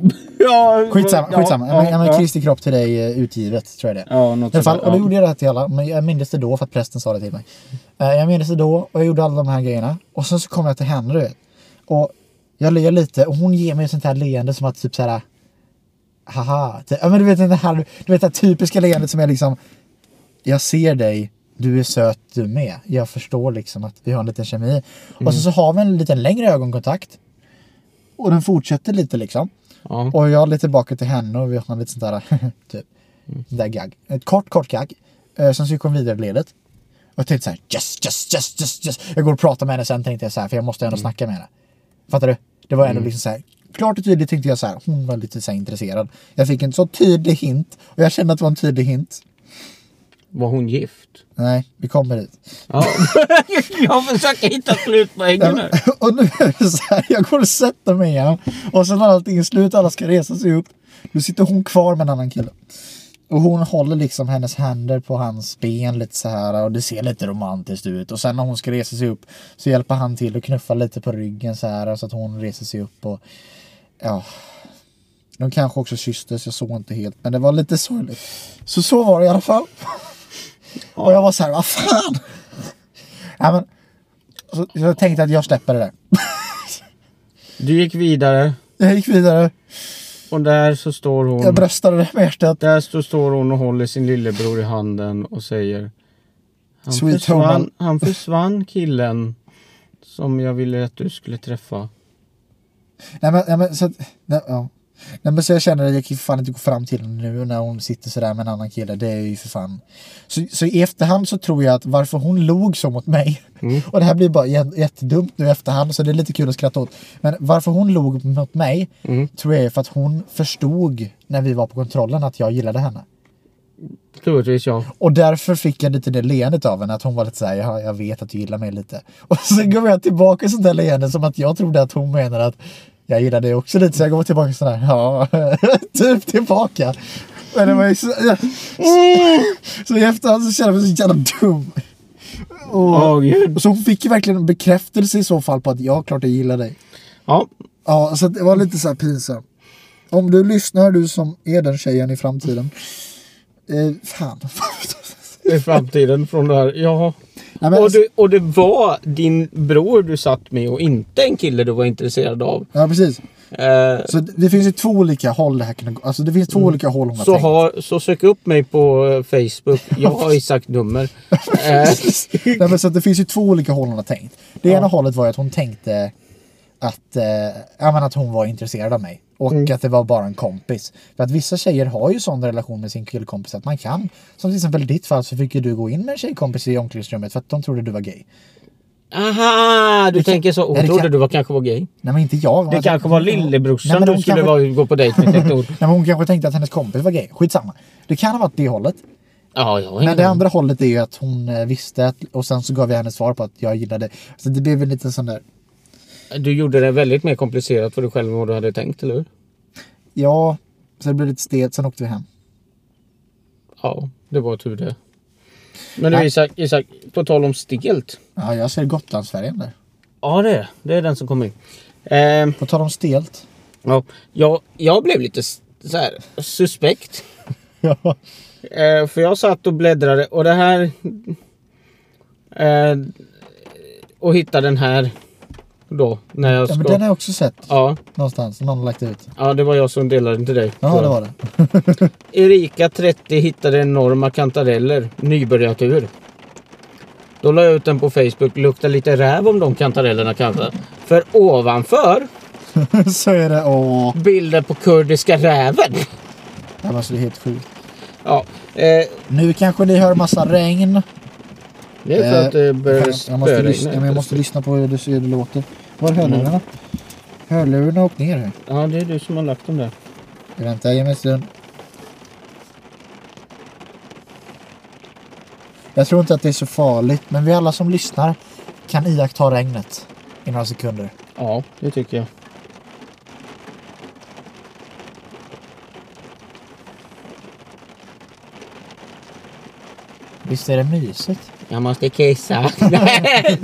Skitsamma. Men Kristi kropp till dig utgivet, tror jag det. Ja, något i alla fall, och då gjorde jag det till alla. Men jag minns det då för att prästen sa det till mig. Jag minns det då och jag gjorde alla de här grejerna. Och sen så kom jag till henne, du vet. Och jag ler lite och hon ger mig ett sånt här leende som att typ så här... Haha. Men du vet det här typiska leendet som är liksom... Jag ser dig. Du är söt du med. Jag förstår liksom att vi har en liten kemi. Och så har vi en liten längre ögonkontakt. Och den fortsätter lite liksom. Och jag är lite tillbaka till henne och vi har lite sånt där typ. Där gag. Ett kort gag. Sen så gick hon vidare i ledet. Och jag tänkte så här, just. Jag går och pratar med henne sen, tänkte jag så här, för jag måste ändå snacka med henne. Fattar du? Det var ändå liksom så här, klart och tydligt tänkte jag så här, hon var lite så här intresserad. Jag fick en så tydlig hint och jag kände att det var en tydlig hint. Var hon gift? Nej, vi kommer dit. Ja. Jag försöker hitta slut på ängen nu. Och nu är det så här, jag går och sätter mig igen. Och sen när allting är slut, alla ska resa sig upp. Nu sitter hon kvar med en annan kille. Och hon håller liksom hennes händer på hans ben lite så här. Och det ser lite romantiskt ut. Och sen när hon ska resa sig upp så hjälper han till att knuffa lite på ryggen så här. Så att hon reser sig upp och... Ja... De kanske också kysstes, jag såg inte helt. Men det var lite sorgligt. Så var det i alla fall. Och jag var så här, vad fan? Ja, men, så jag tänkte att jag släpper det där. Du gick vidare. Jag gick vidare. Och där så står hon. Jag bröstade det med hjärtat. Där så står hon och håller sin lillebror i handen och säger. Han försvann killen som jag ville att du skulle träffa. Nej men så att, ja. Nej, men så jag känner att jag kan fan inte gå fram till henne nu när hon sitter sådär med en annan kille. Det är ju för fan. Så i efterhand så tror jag att varför hon log så mot mig. Och det här blir bara jättedumt nu i efterhand, så det är lite kul att skratta åt. Men varför hon log mot mig tror jag är för att hon förstod när vi var på kontrollen att jag gillade henne. Troligtvis, ja. Och därför fick jag lite det leendet av henne, att hon var lite såhär, jag vet att du gillar mig lite. Och sen går jag tillbaka sånt där leende som att jag trodde att hon menade att jag gillar det också lite, så jag går tillbaka sådär, ja, typ tillbaka. Men det var ju så i efterhand så kände jag mig så jävla dum. Och så hon fick ju verkligen en bekräftelse i så fall på att klart jag gillar dig. Ja. Ja, så det var lite så här pinsamt. Om du lyssnar, du som är den tjejen i framtiden. Fan. I framtiden från det här, ja. Nej, men och det var din bror du satt med och inte en kille du var intresserad av. Ja, precis. Så det finns ju två olika håll det här kan gå. Alltså det finns två olika håll hon har tänkt. Så sök upp mig på Facebook. Jag har ju sagt nummer. Nej, men så att det finns ju två olika håll hon har tänkt. Det ena hållet var ju att hon tänkte att hon var intresserad av mig. Och att det var bara en kompis. För att vissa tjejer har ju sån relation med sin killkompis att man kan. Som till exempel i ditt fall så fick ju du gå in med en tjejkompis i omklädningsrummet för att de trodde du var gay. Aha, du tänker så. Hon trodde du kanske var gay. Nej, men inte jag. Det kanske var lillebrorsan du skulle gå på dejt med. Nej, men hon kanske tänkte att hennes kompis var gay. Skitsamma. Det kan ha varit det hållet. Ja, men det andra hållet är ju att hon visste att, och sen så gav jag henne svar på att jag gillade. Så det blev väl lite sån där. Du gjorde det väldigt mer komplicerat för dig själv än vad du hade tänkt, eller hur? Ja, så det blev lite stelt, sen åkte vi hem. Ja, det var tur det. Men nu Isak, på tal om stelt. Ja, jag ser Gotlandsfärgen där. Ja, det är den som kommer in. På tal om stelt. Ja, jag blev lite så här suspekt. Ja. För jag satt och bläddrade och det här och hittade den här då när jag men den har jag också sett. Ja. Någonstans, någon har lagt ut. Ja, det var jag som delade den till dig. Ja, det var det. Erika 30 hittade enorma kantareller, nybörjartur. Då la jag ut den på Facebook, luktar lite räv om de kantarellerna kanske. För ovanför så är det bilder på kurdiska räven. Det var så helt sjukt. Ja. Nu kanske ni hör massa regn. Det är för att det börjar jag måste lyssna på hur det låter. Var är hörlurarna? Hörlurarna åkt ner här. Ja, det är du som har lagt dem där. Vänta, ge mig en stund. Jag tror inte att det är så farligt, men vi alla som lyssnar kan iaktta regnet i några sekunder. Ja, det tycker jag. Visst är det mysigt? Jag måste kissa. Nej,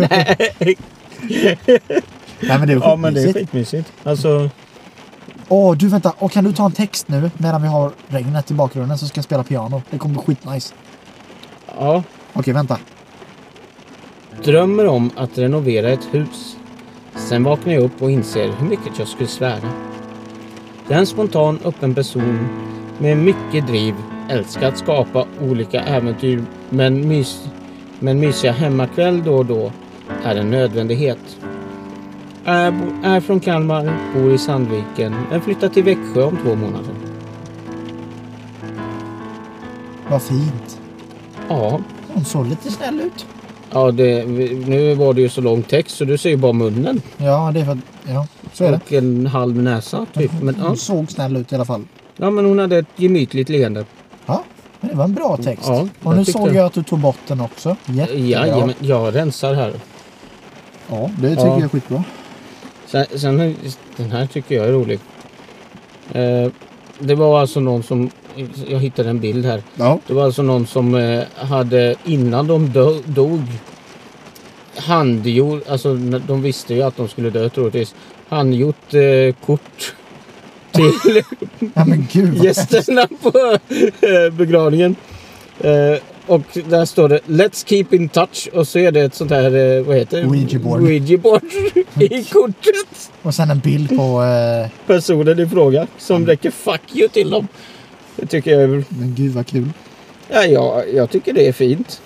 men det är skitmysigt. Ja, men det är skitmysigt. Alltså... Du vänta. Kan du ta en text nu medan vi har regnet i bakgrunden så ska jag spela piano. Det kommer bli skitnice. Ja. Okej, vänta. Drömmer om att renovera ett hus. Sen vaknar jag upp och inser hur mycket jag skulle svära. Jag är en spontan, öppen person med mycket driv. Älskar att skapa olika äventyr, men mysiga hemmakväll då och då är en nödvändighet. Är från Kalmar, bor i Sandviken, men flyttar till Växjö om 2 månader. Vad fint. Ja. Hon såg lite snäll ut. Ja, nu var det ju så lång text så du ser ju bara munnen. Ja, det är för att, ja, så är det. Och en halv näsa typ. Men, hon såg snäll ut i alla fall. Ja, men hon hade ett gemytligt leende. Ja, men det var en bra text. Ja, och nu såg jag att du tog bort den också. Jättebra. Ja, men jag rensar här. Ja, det tycker jag är skitbra. Sen den här tycker jag är rolig. Det var alltså någon som, jag hittade en bild här. Ja. Det var alltså någon som hade, innan de dog, handgjort, alltså de visste ju att de skulle dö troligtvis, handgjort kort till ja, men gud, gästerna på begravningen. Och där står det Let's keep in touch. Och så är det ett sånt här, vad heter det? Ouija board i kortet. Och sen en bild på personen i fråga som räcker fuck you till dem. Det tycker jag är... Men gud vad kul. Ja, jag tycker det är fint.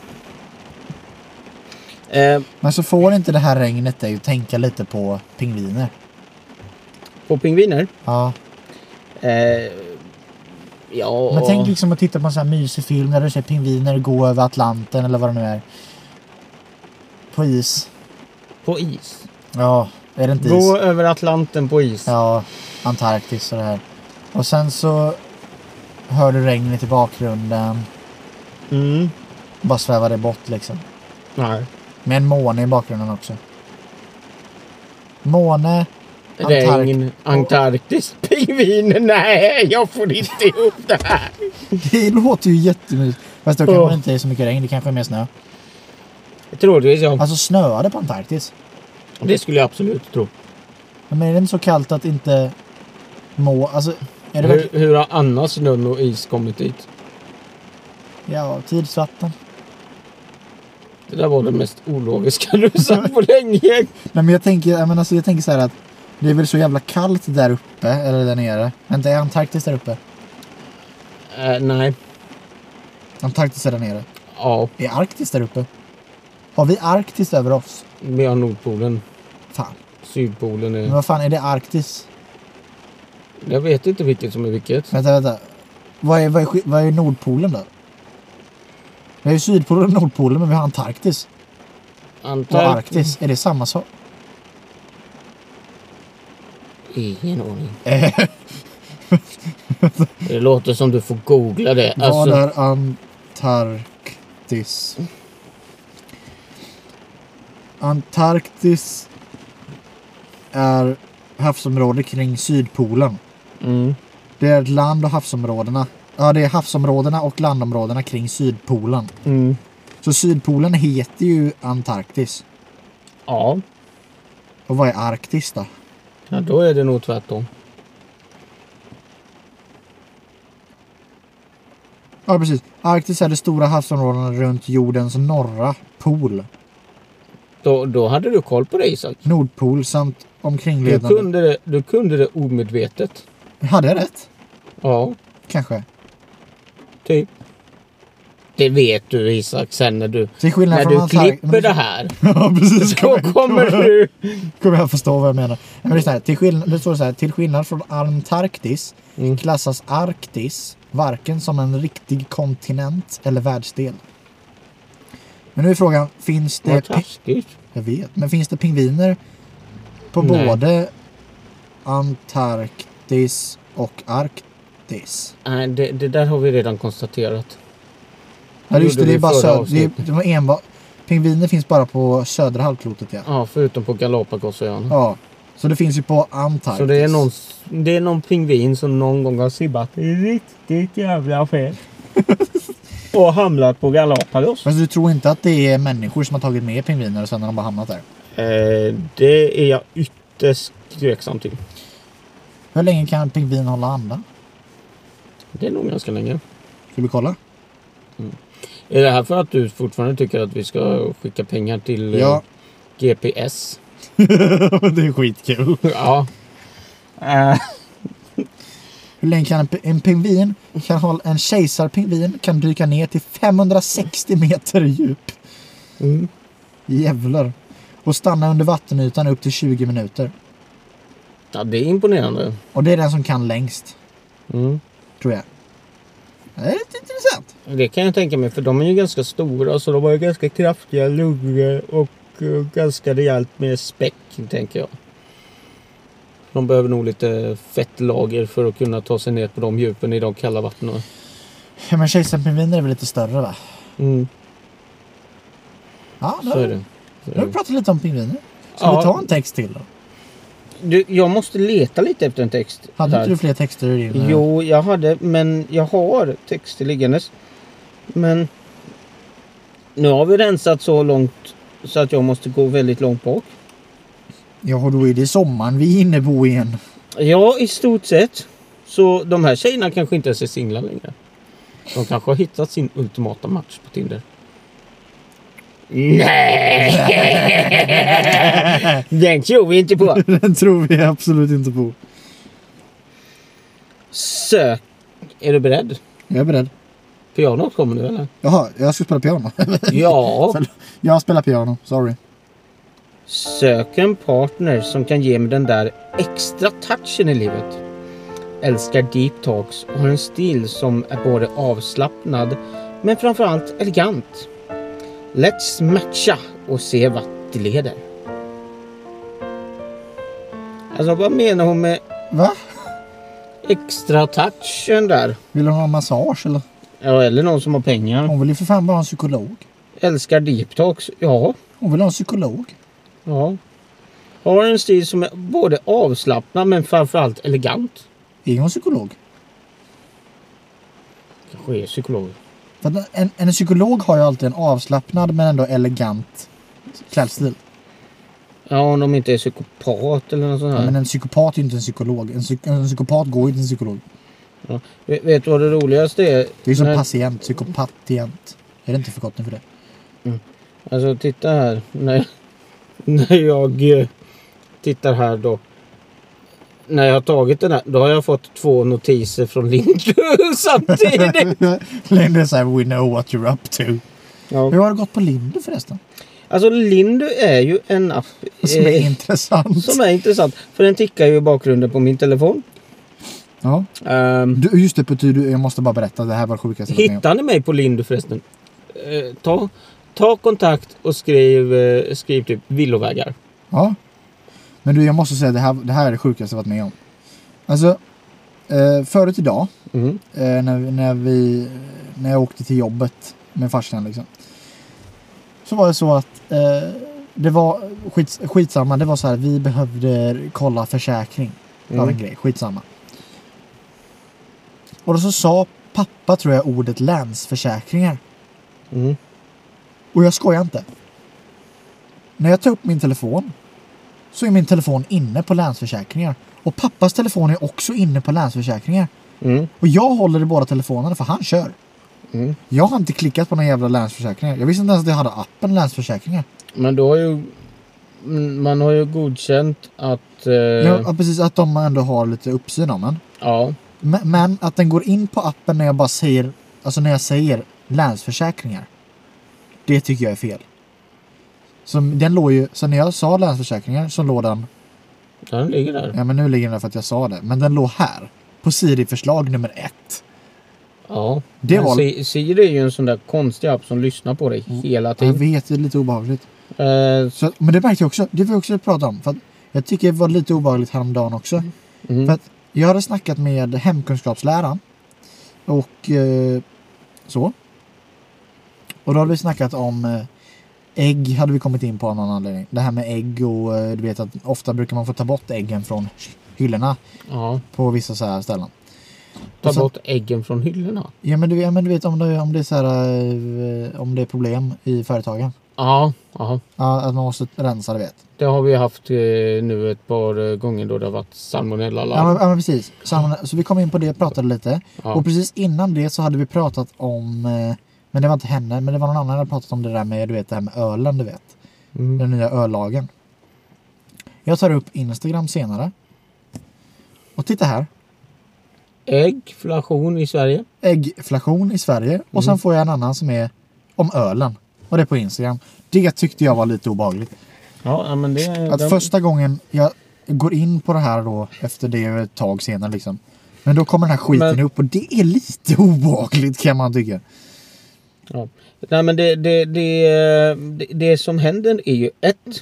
Men så får inte det här regnet dig att tänka lite på pingviner. På pingviner? Ja. Ja. Men tänk liksom att titta på en sån här mysig film när du ser pingviner gå över Atlanten eller vad det nu är. På is. På is? Ja, är det inte is? Gå över Atlanten på is. Ja, Antarktis och det här. Och sen så hör du regnet i bakgrunden. Bara svävar det bort liksom. Nej. Med en måne i bakgrunden också. Måne, Regn, Antarktis, pingviner. Nej, jag får inte ihop det här. Det låter ju jättemysigt. Fast då kanske det inte är så mycket regn, det kanske är mer snö. Troligtvis, ja. Alltså snöade på Antarktis. Det skulle jag absolut tro. Men är det inte så kallt att inte alltså, är det Hur har annars snö och is kommit dit? Ja, tidsvatten. Det där var det mest ologiska du sa på länge. Nej, men jag tänker så här att det är väl så jävla kallt där uppe eller där nere. Inte är Antarktis där uppe? Nej. Antarktis är där nere. Ja. Är Arktis där uppe? Har vi Arktis över oss? Vi har Nordpolen. Fan. Sydpolen är... Men vad fan är det Arktis? Jag vet inte vilket som är vilket. Vänta. Vad är Nordpolen då? Det är ju Sydpolen och Nordpolen, men vi har Antarktis. Och Arktis, är det samma sak? Ingen aning. Det låter som du får googla det. Vad är Antarktis? Antarktis är havsområde kring Sydpolen. Det är ett land och havsområdena. Ja, det är havsområdena och landområdena kring Sydpolen. Så Sydpolen heter ju Antarktis. Ja. Och vad är Arktis då? Ja, då är det nog tvärtom. Ja, precis. Arktis är det stora havsområdena runt jordens norra pol. Då hade du koll på det, Isak. Nordpol samt omkringledande. Du kunde det omedvetet. Hade jag rätt? Ja. Kanske. Typ. Det vet du, Isak, sen när du klipper det här. Ja, precis. Så kommer jag förstå vad jag menar. Men det är så här, till skillnad från Antarktis klassas Arktis varken som en riktig kontinent eller världsdel. Men nu är frågan, finns det... Jag vet, men finns det pingviner på både Antarktis och Arktis? Nej, det där har vi redan konstaterat. Ja, just det är bara enbart pingviner finns bara på södra halvklotet, ja. Ja, förutom på Galapagosöarna. Ja. Så det finns ju på Antarktis. Så det är någon pingvin som någon gång har sibbat riktigt jävla fel. Och hamnat på Galapagos. Men du tror inte att det är människor som har tagit med pingviner och sen har de bara hamnat där? Det är jag ytterst tveksam till. Hur länge kan en pingvin hålla andan? Det är nog ganska länge. Ska vi kolla? Är det här för att du fortfarande tycker att vi ska skicka pengar till GPS? Det är skitkul. Ja. Hur länge kan en pingvin en kejsarpingvin kan dyka ner till 560 meter djup. Jävlar. Och stanna under vattenytan upp till 20 minuter. Ja, det är imponerande. Och det är den som kan längst. Tror jag. Det är lite intressant. Det kan jag tänka mig, för de är ju ganska stora, så de har ju ganska kraftiga lungor och ganska rejält med späck, tänker jag. De behöver nog lite fettlager för att kunna ta sig ner på de djupen i de kalla vattnen. Ja, men kejsarpingviner är väl lite större, va? Ja, så är det. Nu har vi pratat lite om pingviner. Ska vi ta en text till då? Jag måste leta lite efter en text. Hade inte du fler texter i din? Jo, jag hade, men jag har texter liggandes. Men nu har vi rensat så långt så att jag måste gå väldigt långt bak. Ja, då är det sommaren vi är inne på igen. Ja, i stort sett. Så de här tjejerna kanske inte ens är singlar längre. De kanske har hittat sin ultimata match på Tinder. Nej! Den tror vi inte på. Den tror vi absolut inte på. Sök. Är du beredd? Jag är beredd. Pianot kommer nu, eller? Jaha, jag ska spela piano. Ja. Jag spelar piano, sorry. Sök en partner som kan ge mig den där extra touchen i livet. älskar deep talks och har en stil som är både avslappnad men framförallt elegant. Let's matcha och se vart det leder. Alltså vad menar hon med Va? extra touchen där? Vill hon ha massage eller? Ja, eller någon som har pengar. Hon vill ju för fan bara ha en psykolog. Älskar deep talks. Ja. Hon vill ha en psykolog. Ja. Har en stil som är både avslappnad men framförallt elegant. Är hon psykolog? Kanske är psykolog. För att en psykolog har ju alltid en avslappnad men ändå elegant klädstil. Ja, om de inte är psykopat eller något sånt här. Ja, men en psykopat är ju inte en psykolog. En psykopat går ju inte en psykolog. Ja. Vet du vad det roligaste är? Det är som patient, psykopatient. Är det inte förkortning för det? Alltså titta här. När jag tittar här då. När jag har tagit den här, då har jag fått 2 notiser från Lindu samtidigt. Lindu säger we know what you're up to. Ja. Hur har det gått på Lindu förresten? Alltså Lindu är ju en app som är intressant. Som är intressant. För den tickar ju i bakgrunden på min telefon. Ja. Just det, betyder jag måste bara berätta. Det här var sjukaste. Hittar ni mig på Lindu förresten? Ta kontakt och skriv typ villovägar. Ja. Men du, jag måste säga det här är det sjukaste jag varit med om. Alltså förut idag när jag åkte till jobbet med farsan liksom. Så var det så att det var skitsamma. Det var så här, vi behövde kolla försäkring av en grej. Skitsamma. Och då så sa pappa, tror jag, ordet länsförsäkringar. Och jag skojar inte. När jag tar upp min telefon så är min telefon inne på länsförsäkringar. Och pappas telefon är också inne på länsförsäkringar. Och jag håller i båda telefonerna för han kör. Jag har inte klickat på några jävla länsförsäkringar. Jag visste inte ens att jag hade appen länsförsäkringar. Men då har ju man har ju godkänt att ja, precis, att de ändå har lite uppsyn om en. Ja. Men att den går in på appen när jag bara säger, alltså när jag säger länsförsäkringar. Det tycker jag är fel. Så den låg ju, så när jag sa länsförsäkringar så låg den. Ja, den ligger där. Ja, men nu ligger den där för att jag sa det. Men den låg här. På Siri-förslag nummer 1. Ja. Det var... Siri är ju en sån där konstig app som lyssnar på dig hela tiden. Jag vet, det är lite obehagligt. Så, men det märkte jag också. Det vill jag också prata om. För att jag tycker det var lite obehagligt häromdagen också. För att jag hade snackat med hemkunskapsläraren. Och så. Och då hade vi snackat om ägg, hade vi kommit in på en annan anledning. Det här med ägg och du vet att ofta brukar man få ta bort äggen från hyllorna. Ja. På vissa så här ställen. Ta bort äggen från hyllorna? Ja, men du vet om det är så här, om det är problem i företagen. Ja. Ja, att man måste rensa, det vet. Det har vi haft nu ett par gånger då det har varit salmonella. Ja, men precis. Så vi kom in på det och pratade lite. Ja. Och precis innan det så hade vi pratat om, men det var inte henne, men det var någon annan som hade pratat om det där med, du vet, det här med ölen, du vet. Den nya öllagen. Jag tar upp Instagram senare. Och titta här. Äggflation i Sverige. Äggflation i Sverige. Och sen får jag en annan som är om ölen. Och det är på Instagram. Det tyckte jag var lite obehagligt. Ja, men det... Att första gången jag går in på det här då, efter det ett tag senare liksom. Men då kommer den här skiten upp och det är lite obehagligt, kan man tycka. Ja. Nej, men det som händer är ju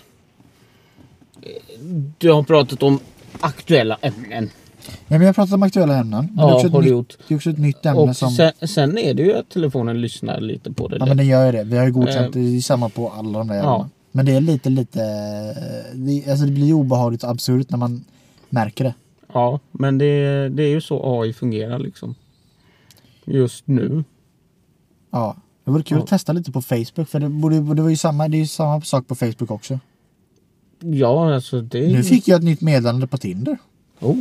du har pratat om aktuella ämnen. Ja, men jag har pratat om aktuella ämnen. Men ja, har du gjort. Det är också ett nytt ämne och som... Sen är det ju att telefonen lyssnar lite på det. Ja, men den gör ju det. Vi har ju godkänt det är samma på alla de där ämnena. Ja. Men det är lite... Alltså det blir obehagligt och absurt när man märker det. Ja, men det är ju så AI fungerar liksom. Just nu. Ja, det vore kul att testa lite på Facebook. För det var ju samma, det är ju samma sak på Facebook också. Ja, alltså det... Nu fick jag ett nytt meddelande på Tinder. Oh.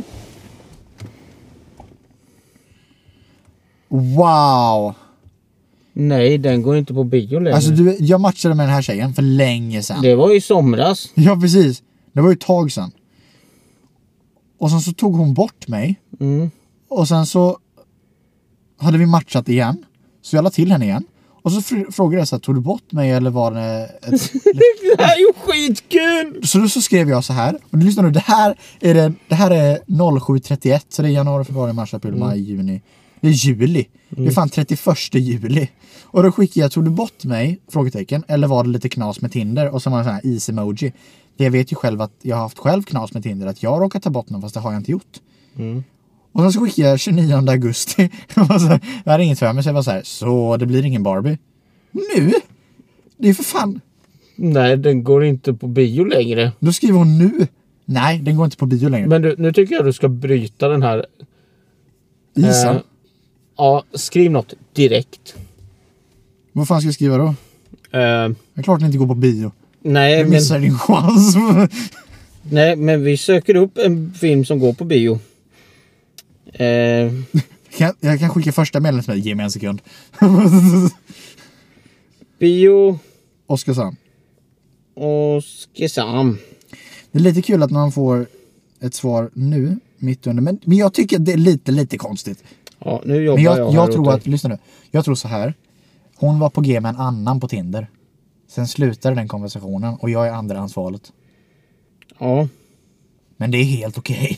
Wow! Nej, den går inte på bio längre. Alltså jag matchade med den här tjejen för länge sedan. Det var i somras. Ja, precis. Det var ju ett tag sedan. Och sen så tog hon bort mig. Och sen så hade vi matchat igen. Så jag la till henne igen. Och så frågade jag så här, tog du bort mig eller var det Det här är ju skitkul! Så skrev jag så här. Och lyssna nu, det här är 07:31. Så det är januari, februari, mars, april, maj, juni. Det är juli. Det är fan 31 juli. Och då skickade jag, tog du bort mig? Frågetecken. Eller var det lite knas med Tinder? Och så var det så här is-emoji. Jag vet ju själv att jag har haft själv knas med Tinder. Att jag råkat ta bort någon, fast det har jag inte gjort. Och sen så skickade jag 29 augusti. Jag hade inget för mig, så jag var så här. Så det blir ingen Barbie. Nu? Det är för fan. Nej, den går inte på bio längre. Då skriver hon nu. Nej, den går inte på bio längre. Men nu tycker jag du ska bryta den här... Isen? Ja, skriv något direkt. Vad fan ska jag skriva då? Det är klart den inte går på bio. Nej, Du missar din chans. Nej, men vi söker upp en film som går på bio. Jag kan skicka första medlemsmedlet. Ge mig en sekund. Bio Oskarshamn. Oskarshamn. Det är lite kul att man får ett svar nu, mitt under. Men jag tycker att det är lite konstigt. Ja, nu jobbar men jag tror att, lyssna nu. Jag tror så här. Hon var på G med en annan på Tinder. Sen slutade den konversationen och jag är andrahandsvalet. Ja. Men det är helt okej.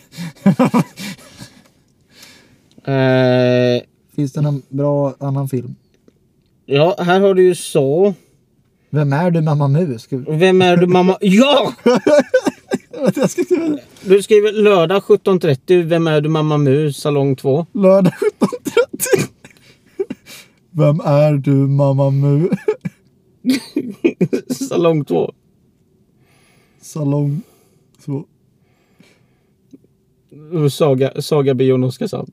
Finns det någon bra annan film? Ja, här har du ju så. Vem är du, Mamma Mu? Vem är du, mamma? Ja! Jag ska skriva det. Du skriver lördag 17:30. Vem är du, Mamma Mu? Salong 2. Lördag 17:30. Vem är du, Mamma Mu? Salong 2. Salong 2. Saga Bion Oskarshamn.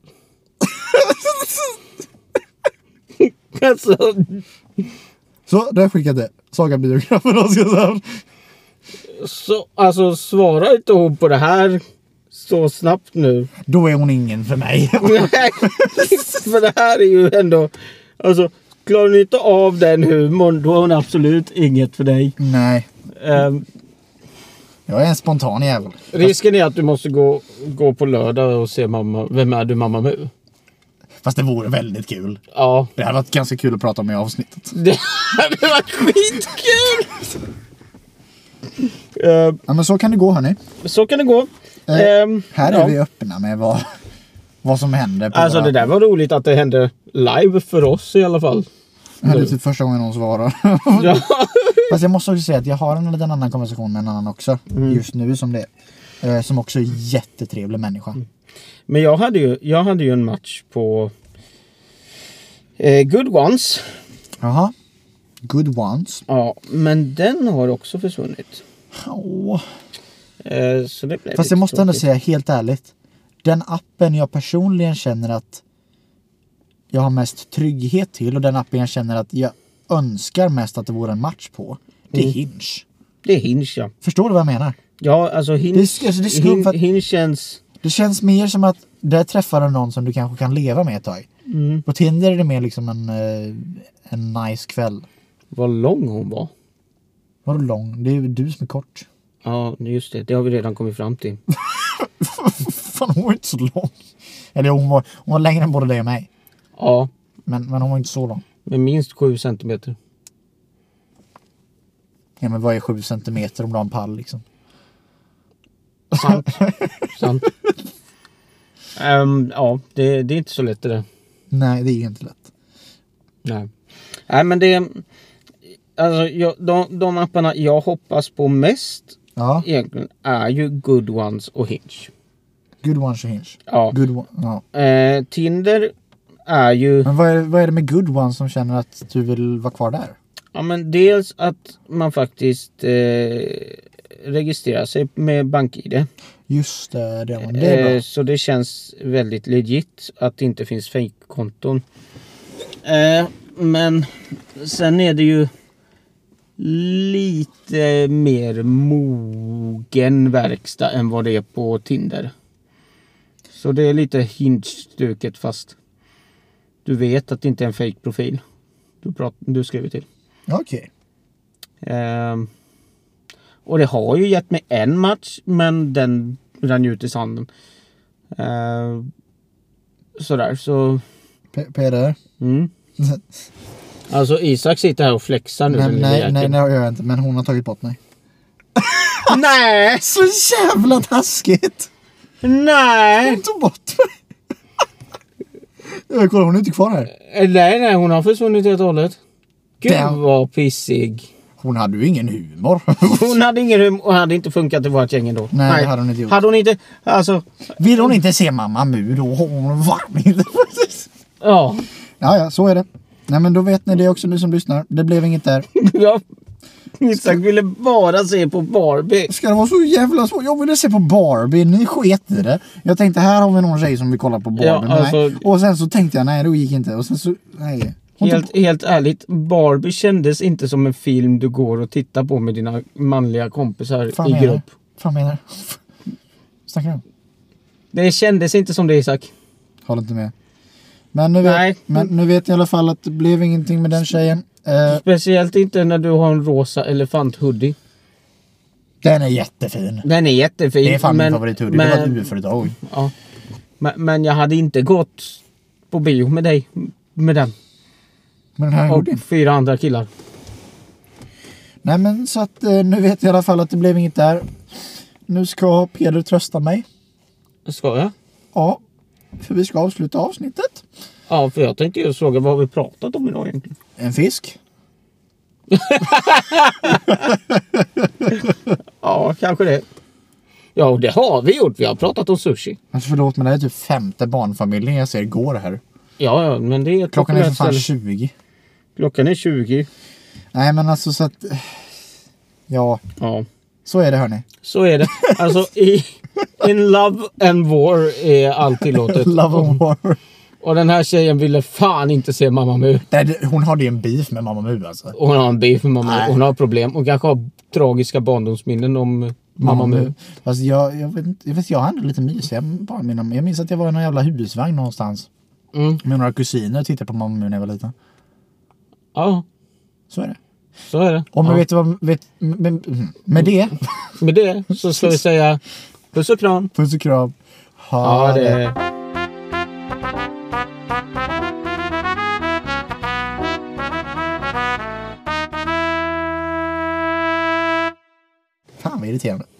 Alltså. Så, där skickade jag det. Saga biografen Oskarshamn. Så, alltså svara inte hon på det här så snabbt nu. Då är hon ingen för mig. För det här är ju ändå... Alltså, klarar ni inte av den humorn, då är hon absolut inget för dig. Nej. Jag är en spontan jävel. Risken är att du måste gå på lördag och se mamma. Vem är du, Mamma Mu? Fast det vore väldigt kul. Ja. Det hade varit ganska kul att prata om i avsnittet. Det hade varit skitkul! Ja, men så kan det gå, hörni. Så kan det gå. Här är vi öppna med vad som händer. Alltså det där var roligt att det hände live för oss i alla fall. Det är typ första gången någon svarar. Ja. Fast jag måste också säga att jag har en liten annan konversation med en annan också. Just nu som det är. Som också är jättetrevlig människa. Men jag hade ju en match på Good Ones. Jaha. Good Ones. Ja, men den har också försvunnit. Åh. Så det blev Fast jag måste tråkigt. ändå säga helt ärligt. Den appen jag personligen känner att jag har mest trygghet till och den appen jag känner att jag önskar mest att det vore en match på. Det är Hinge. Det är Hinge, ja. Förstår du vad jag menar? Ja, alltså Hinge, Hinge känns... Det känns mer som att där träffar du någon som du kanske kan leva med ett tag. På Tinder är det mer liksom en nice kväll. Vad lång hon var. Var du lång? Det är ju du som är kort. Ja, just det. Det har vi redan kommit fram till. Fan, hon var inte så lång. Eller hon var längre än både dig och mig. Ja. Men hon var inte så lång. Med minst 7 centimeter. Ja, men vad är 7 centimeter om du har en pall liksom? Sant. Sant. Ja, det är inte så lätt det där. Nej, det är inte lätt. Nej, men det... Alltså, de apparna jag hoppas på mest egentligen är ju Good Ones och Hinge. Good Ones och Hinge. Ja. Tinder är ju... Men vad är det med Good Ones som känner att du vill vara kvar där? Ja, men dels att man faktiskt registrerar sig med BankID. Just det, det är bra. Så det känns väldigt legit att det inte finns fake-konton. Men sen är det ju lite mer mogen verkstad än vad det är på Tinder. Så det är lite Hinge-stuket fast du vet att det inte är en fake-profil du skriver till. Okej. Och det har ju gett mig en match, men den rann ut i sanden. Sådär, så... Peder? Alltså Isak sitter här och flexar nu. Nej, det gör jag inte. Men hon har tagit bort mig. Nej! Så jävla taskigt! Nej! Hon tog bort mig. Kolla, hon är inte kvar här. Nej, hon har försvunnit helt och hållet. Gud vad pissig. Hon hade ju ingen humor. Hon hade ingen humor och hade inte funkat i vårt gäng ändå. Nej, det hade hon inte gjort. Hade hon inte, alltså... Vill hon inte se Mamma Mu då? Hon var inte. Ja. Ja, så är det. Nej, men då vet ni det också, ni som lyssnar. Det blev inget där. Ja. Isak ville bara se på Barbie. Ska det vara så jävla svårt? Jag ville se på Barbie, ni sket i det. Jag tänkte, här har vi någon tjej som vill kolla på Barbie. Ja, alltså... Nej. Och sen så tänkte jag, nej, då gick inte. Och sen så, nej. Helt ärligt, Barbie kändes inte som en film du går och tittar på med dina manliga kompisar i grupp. Fan menar snackar du om? Det kändes inte som det, Isak. Håller inte med. Men nu vet jag i alla fall att det blev ingenting med den tjejen. Speciellt inte när du har en rosa elefanthoodie. Den är jättefin. Den är jättefin. Det är fan min favorithoodie. Det var ett UF-företag. Ja. Men jag hade inte gått på bio med dig med den. Med den här och hoodien. 4 andra killar. Nej, men så att nu vet jag i alla fall att det blev inget där. Nu ska Peder trösta mig. Ska jag? Ja, för vi ska avsluta avsnittet. Ja, för jag tänkte ju fråga vad har vi pratat om idag egentligen? En fisk. Ja, kanske det. Ja, det har vi gjort. Vi har pratat om sushi. Alltså förlåt, men det är typ 5:e barnfamiljen jag ser går här. Ja, men det är... Klockan är för fan 20. Klockan är 20. Nej, men alltså så att... Ja. Så är det, hörni. Så är det. Alltså, in love and war är allt tillåtet. Love and war. Och den här tjejen ville fan inte se Mamma Mu. Nej, hon hade ju en beef med Mamma Mu alltså. Och hon har en beef med Mamma Mu. Hon har problem. Och kanske har tragiska barndomsminnen om Mamma Mu. Alltså jag hade lite mysiga barnminnen. Jag minns att jag var i någon jävla husvagn någonstans. Med några kusiner och tittade på Mamma Mu när jag var liten. Ja. Så är det. Så är det. Och men vet du vad... Med det... Med det så ska vi säga puss och kram. Puss och kram. Ha det. Fan vad irriterande.